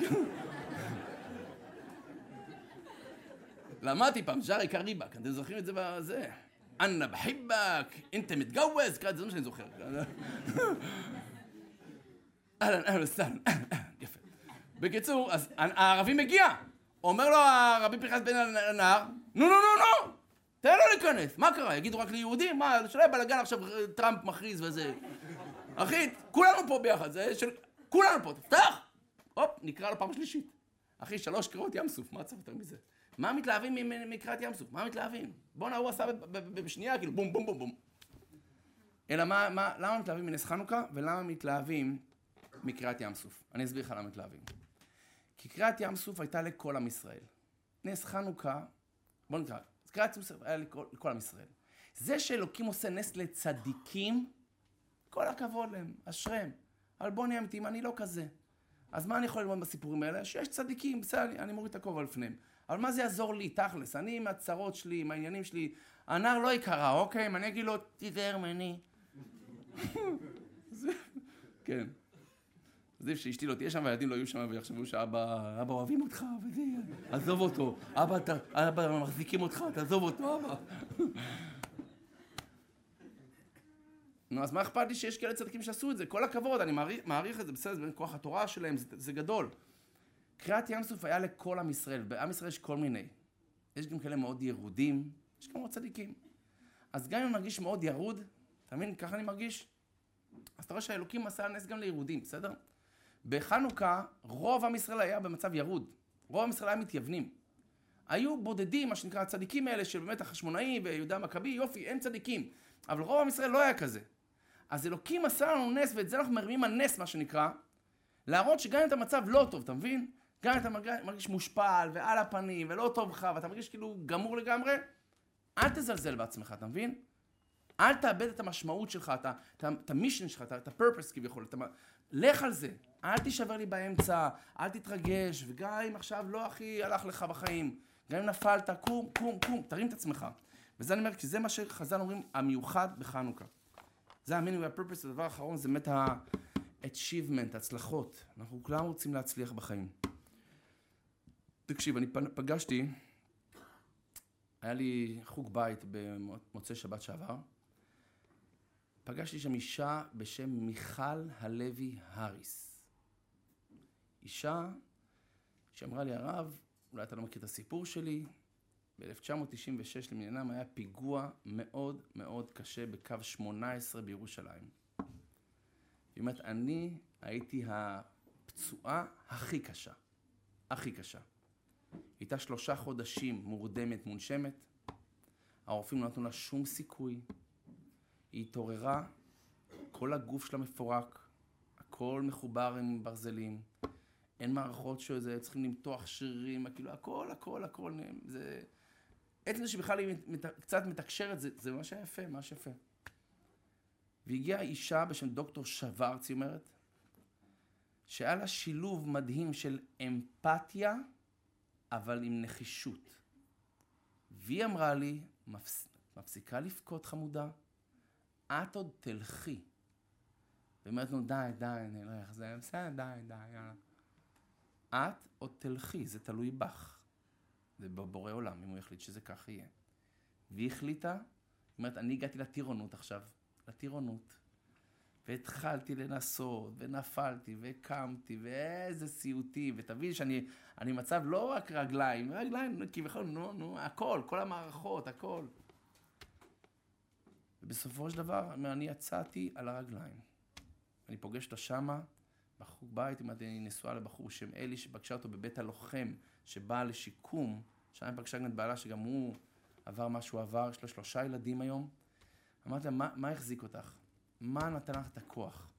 למדתי פעם, ג'ארי קריבק, אתם זוכרים את זה בזה? אנא בחיבק, אינתה מתגווז, זה מה שאני זוכר. אהלן, אהלן, סטן, יפה. בקיצור, אז הערבי מגיע. אומר לו הרבי פנחס בן הנער, נו, נו, נו, נו, תן לו להיכנס. מה קרה? יגידו רק ליהודים? מה, שלא יהיה בלגן עכשיו טראמפ מכריז וזה. אחי, כולנו פה ביחד, זה של... כולנו פה, תפתח! הופ, נקרא לו פעם שלישית. אחי, שלוש קריאות ים סוף, מה צריך יותר מזה? מה מתלהבים מקריאת ים סוף? מה מתלהבים? בוא נע, הוא עשה בשנייה, כאילו בום, בום, בום, בום. אלא מה, מה, למה מתלהבים מנס חנוכה, ולמה מתלהבים מקריאת ים סוף? אני אסביר לך למה מתלהבים. כי קריאת ים סוף הייתה לכל עם ישראל. נס חנוכה, בוא נקרא, קריאת ים סוף היה לכל, לכל עם ישראל. זה שאלוקים עושה נס לצדיקים, כל הכבוד להם, אשריהם. אבל בוא נהיה אמיתיים, אני לא כזה. אז מה אני יכול ללמוד בסיפורים האלה? שיש צדיקים, בסדר, אני, אני מוריד את הכובע לפניהם. אבל מה זה יעזור לי, תכלס? אני עם הצרות שלי, עם העניינים שלי, הנער לא יקרה, אוקיי? אם אני אגיד לו, תיזהר ממני. כן. עדיף שאשתי לא תהיה שם, והילדים לא יהיו שם, ויחשבו שאבא, אבא אוהבים אותך, וזה, עזוב אותו. אבא, אבא מחזיקים אותך, תעזוב אותו, אבא. נו, אז מה אכפת לי שיש כאלה צדקים שעשו את זה? כל הכבוד, אני מעריך, מעריך את זה, בסדר, זה בין כוח התורה שלהם, זה, זה גדול. קריאת ים סוף היה לכל עם ישראל, בעם ישראל יש כל מיני. יש גם כאלה מאוד ירודים, יש גם מאוד צדיקים. אז גם אם אני מרגיש מאוד ירוד, אתה מבין, ככה אני מרגיש? אז אתה רואה שהאלוקים עשה נס גם לירודים, בסדר? בחנוכה, רוב עם ישראל היה במצב ירוד. רוב עם ישראל היה מתייוונים. היו בודדים, מה שנקרא, הצדיקים האלה, שבאמת החשמונאי ויהודה המכבי, יופי, הם צדיקים. אבל רוב עם ישראל לא היה כזה. אז אלוקים עשה לנו נס, ואת זה אנחנו מרימים הנס, מה שנקרא, להראות שגם אם אתה מצב לא טוב, אתה מבין? גם אם אתה מרגיש מושפל ועל הפנים ולא טוב לך, ואתה מרגיש כאילו גמור לגמרי, אל תזלזל בעצמך, אתה מבין? אל תאבד את המשמעות שלך, את, את, את המישן שלך, את הפרפס כביכול. אתה, לך על זה, אל תישבר לי באמצע, אל תתרגש, וגם אם עכשיו לא הכי הלך לך בחיים, גם אם נפלת, קום, קום, קום, תרים את עצמך. וזה אני אומר, כי זה מה שחז"ל אומרים, המיוחד בחנוכה. זה המיני והפרפס, הדבר האחרון, זה באמת ה-achievement, הצלחות. אנחנו כולם רוצים להצליח בחיים. תקשיב, אני פגשתי, היה לי חוג בית במוצאי שבת שעבר, פגשתי שם אישה בשם מיכל הלוי הריס. אישה שאמרה לי, הרב, אולי אתה לא מכיר את הסיפור שלי, ב-אלף תשע מאות תשעים ושש למניינם היה פיגוע מאוד מאוד קשה בקו שמונה עשרה בירושלים. היא אומרת, אני הייתי הפצועה הכי קשה, הכי קשה. הייתה שלושה חודשים מורדמת, מונשמת. הרופאים לא נתנו לה שום סיכוי. היא התעוררה, כל הגוף שלה מפורק, הכל מחובר עם ברזלים. אין מערכות שזה, צריכים למתוח שרירים, כאילו הכל, הכל, הכל. זה... עצם זה שבכלל היא מת... קצת מתקשרת, זה, זה ממש יפה, ממש יפה. והגיעה אישה בשם דוקטור שוורץ, היא אומרת, שהיה לה שילוב מדהים של אמפתיה, אבל עם נחישות. והיא אמרה לי, מפס... מפסיקה לפקוד חמודה, את עוד תלכי. ואומרת לנו, די, די, נלך, זה בסדר, די, די, יאללה. את עוד תלכי, זה תלוי בך. זה בבורא עולם, אם הוא יחליט שזה כך יהיה. והיא החליטה, היא אומרת, אני הגעתי לטירונות עכשיו, לטירונות. והתחלתי לנסות, ונפלתי, וקמתי, ואיזה סיוטי, ותבין שאני אני מצב לא רק רגליים, רגליים, כביכול, נו, נו, הכל, כל המערכות, הכל. ובסופו של דבר, אני יצאתי על הרגליים. אני פוגש אותה שמה, בחור בית, אם אני נשואה לבחור שם אלי, שפגשה אותו בבית הלוחם, שבא לשיקום, שם פגשה גם את בעלה, שגם הוא עבר מה שהוא עבר, יש לו שלושה ילדים היום. אמרתי לה, מה, מה החזיק אותך? מה נתן לך את הכוח?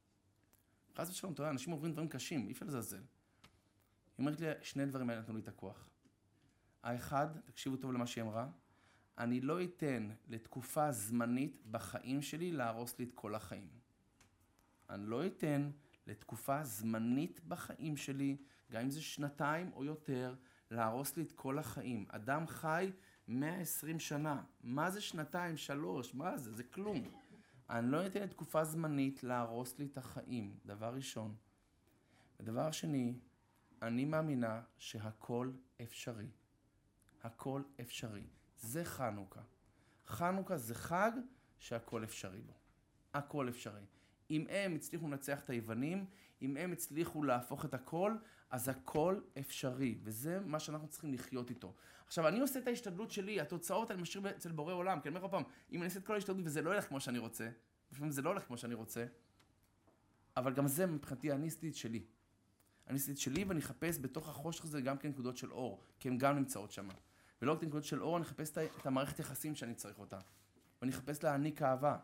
חס ושלום, אתה יודע, אנשים עוברים דברים קשים, אי אפשר לזלזל. היא אומרת לי, שני דברים האלה נתנו לי את הכוח. האחד, תקשיבו טוב למה שהיא אמרה, אני לא אתן לתקופה זמנית בחיים שלי להרוס לי את כל החיים. אני לא אתן לתקופה זמנית בחיים שלי, גם אם זה שנתיים או יותר, להרוס לי את כל החיים. אדם חי מאה ועשרים שנה. מה זה שנתיים, שלוש? מה זה? זה כלום. אני לא אתן לתקופה זמנית להרוס לי את החיים, דבר ראשון. ודבר שני, אני מאמינה שהכל אפשרי. הכל אפשרי. זה חנוכה. חנוכה זה חג שהכל אפשרי בו. הכל אפשרי. אם הם הצליחו לנצח את היוונים, אם הם הצליחו להפוך את הכל, אז הכל אפשרי. וזה מה שאנחנו צריכים לחיות איתו. עכשיו, אני עושה את ההשתדלות שלי, התוצאות אני משאיר אצל בורא עולם. כי אני אומר פעם, אם אני אעשה את כל ההשתדלות וזה לא ילך כמו שאני רוצה, לפעמים זה לא הולך כמו שאני רוצה, אבל גם זה מבחינתי הניסטית שלי. הניסטית שלי, ואני אחפש בתוך החושך הזה גם כן נקודות של אור, כי הן גם נמצאות שם. ולא רק נקודות של אור, אני אחפש את המערכת יחסים שאני צריך אותה. ואני אחפש להעניק אהבה.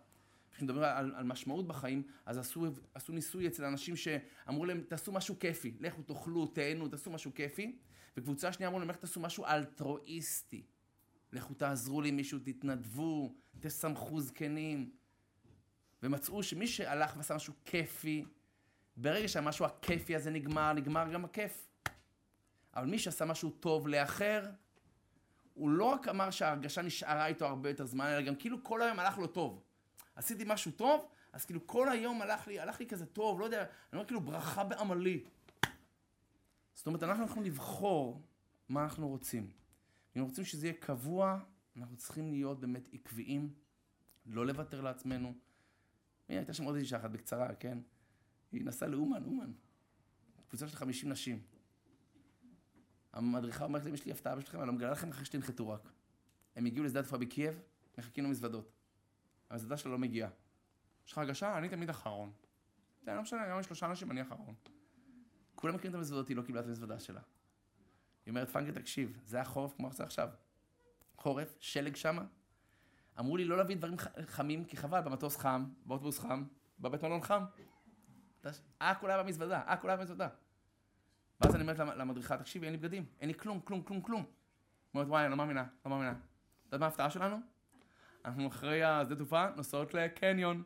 כשמדברים על, על משמעות בחיים, אז עשו, עשו ניסוי אצל אנשים שאמרו להם, תעשו משהו כיפי, לכו תאכלו, תהנו, תעשו משהו כיפי, וקבוצה שנייה אמרו להם, איך תעשו משהו אלטרואיסטי. לכו תעזרו לי מישהו, תתנדבו, תשמחו זקנים. ומצאו שמי שהלך ועשה משהו כיפי, ברגע שהמשהו הכיפי הזה נגמר, נגמר גם הכיף. אבל מי שעשה משהו טוב לאחר, הוא לא רק אמר שההרגשה נשארה איתו הרבה יותר זמן, אלא גם כאילו כל היום הלך לו טוב. עשיתי משהו טוב, אז כאילו כל היום הלך לי, הלך לי כזה טוב, לא יודע, אני אומר כאילו ברכה בעמלי. זאת אומרת, אנחנו יכולים לבחור מה אנחנו רוצים. אם אנחנו רוצים שזה יהיה קבוע, אנחנו צריכים להיות באמת עקביים, לא לוותר לעצמנו. הנה, הייתה שם עוד אישה אחת בקצרה, כן? היא נסעה לאומן, אומן. קבוצה של חמישים נשים. המדריכה אומרת להם, יש לי הפתעה בשבילכם, אני לא מגלה לכם אחרי שתנחתו רק. הם הגיעו לשדה התעופה בקייב, מחכים למזוודות. המזוודה שלה לא מגיעה. יש לך הרגשה? אני תמיד אחרון. זה לא משנה, היום יש שלושה אנשים, אני אחרון. כולם מכירים את המזוודות, היא לא קיבלה את המזוודה שלה. היא אומרת, פנקה, תקשיב, זה החורף כמו שזה עכשיו. חורף, שלג שמה. אמרו לי לא להביא דברים חמים, כי חבל, במטוס חם, באוטובוס חם, בבית מלון חם. אה, כולה במזוודה, אה, כולה במזוודה. ואז אני אומרת למדריכה, תקשיבי, אין לי בגדים, אין לי כלום, כלום, כלום, כלום. אומרת, וואי, אני לא מאמינה, לא מאמינה. יודעת מה ההפתעה שלנו? אנחנו אחרי השדה תעופה נוסעות לקניון.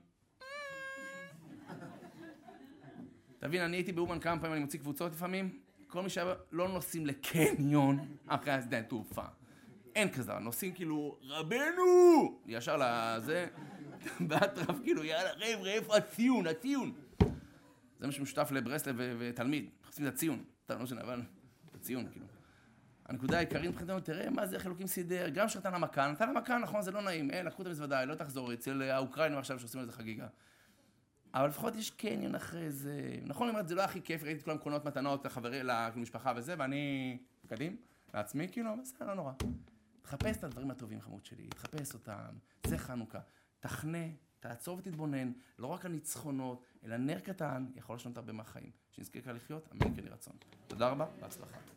תבין, אני הייתי באומן כמה פעמים, אני מוציא קבוצות לפעמים, כל מי שהיה לא נוסעים לקניון אחרי השדה תעופה. אין כזה, נוסעים כאילו, רבנו! ישר לזה, באטרף כאילו, יאללה, חבר'ה, איפה הציון, הציון? זה מה שמשותף לברסלב ותלמיד, מחפשים את הציון, אתה לא משנה, אבל הציון, כאילו. הנקודה העיקרית מבחינתנו, תראה מה זה, איך אלוקים סידר, גם שנתן המכ"ן, נתן המכ"ן, נכון, זה לא נעים, אה, לקחו את המזוודה, לא תחזור, אצל האוקראינים עכשיו שעושים על זה חגיגה. אבל לפחות יש קניון אחרי זה, נכון, אני אומרת, זה לא הכי כיף, ראיתי את כל המקונות מתנות לחברי, למשפחה וזה, ואני קדים, לעצמי, כאילו, בסדר, לא נורא. תחפש את הדברים הטובים, חמוד שלי, תחפש אותם, זה חנוכה, תחנה, תעצור ותתבונן, לא רק על ניצחונות, אלא נר קטן, יכול לשנות הרבה מהחיים. שנזכה כאן לחיות, אמן כן יהי רצון. תודה רבה, בהצלחה.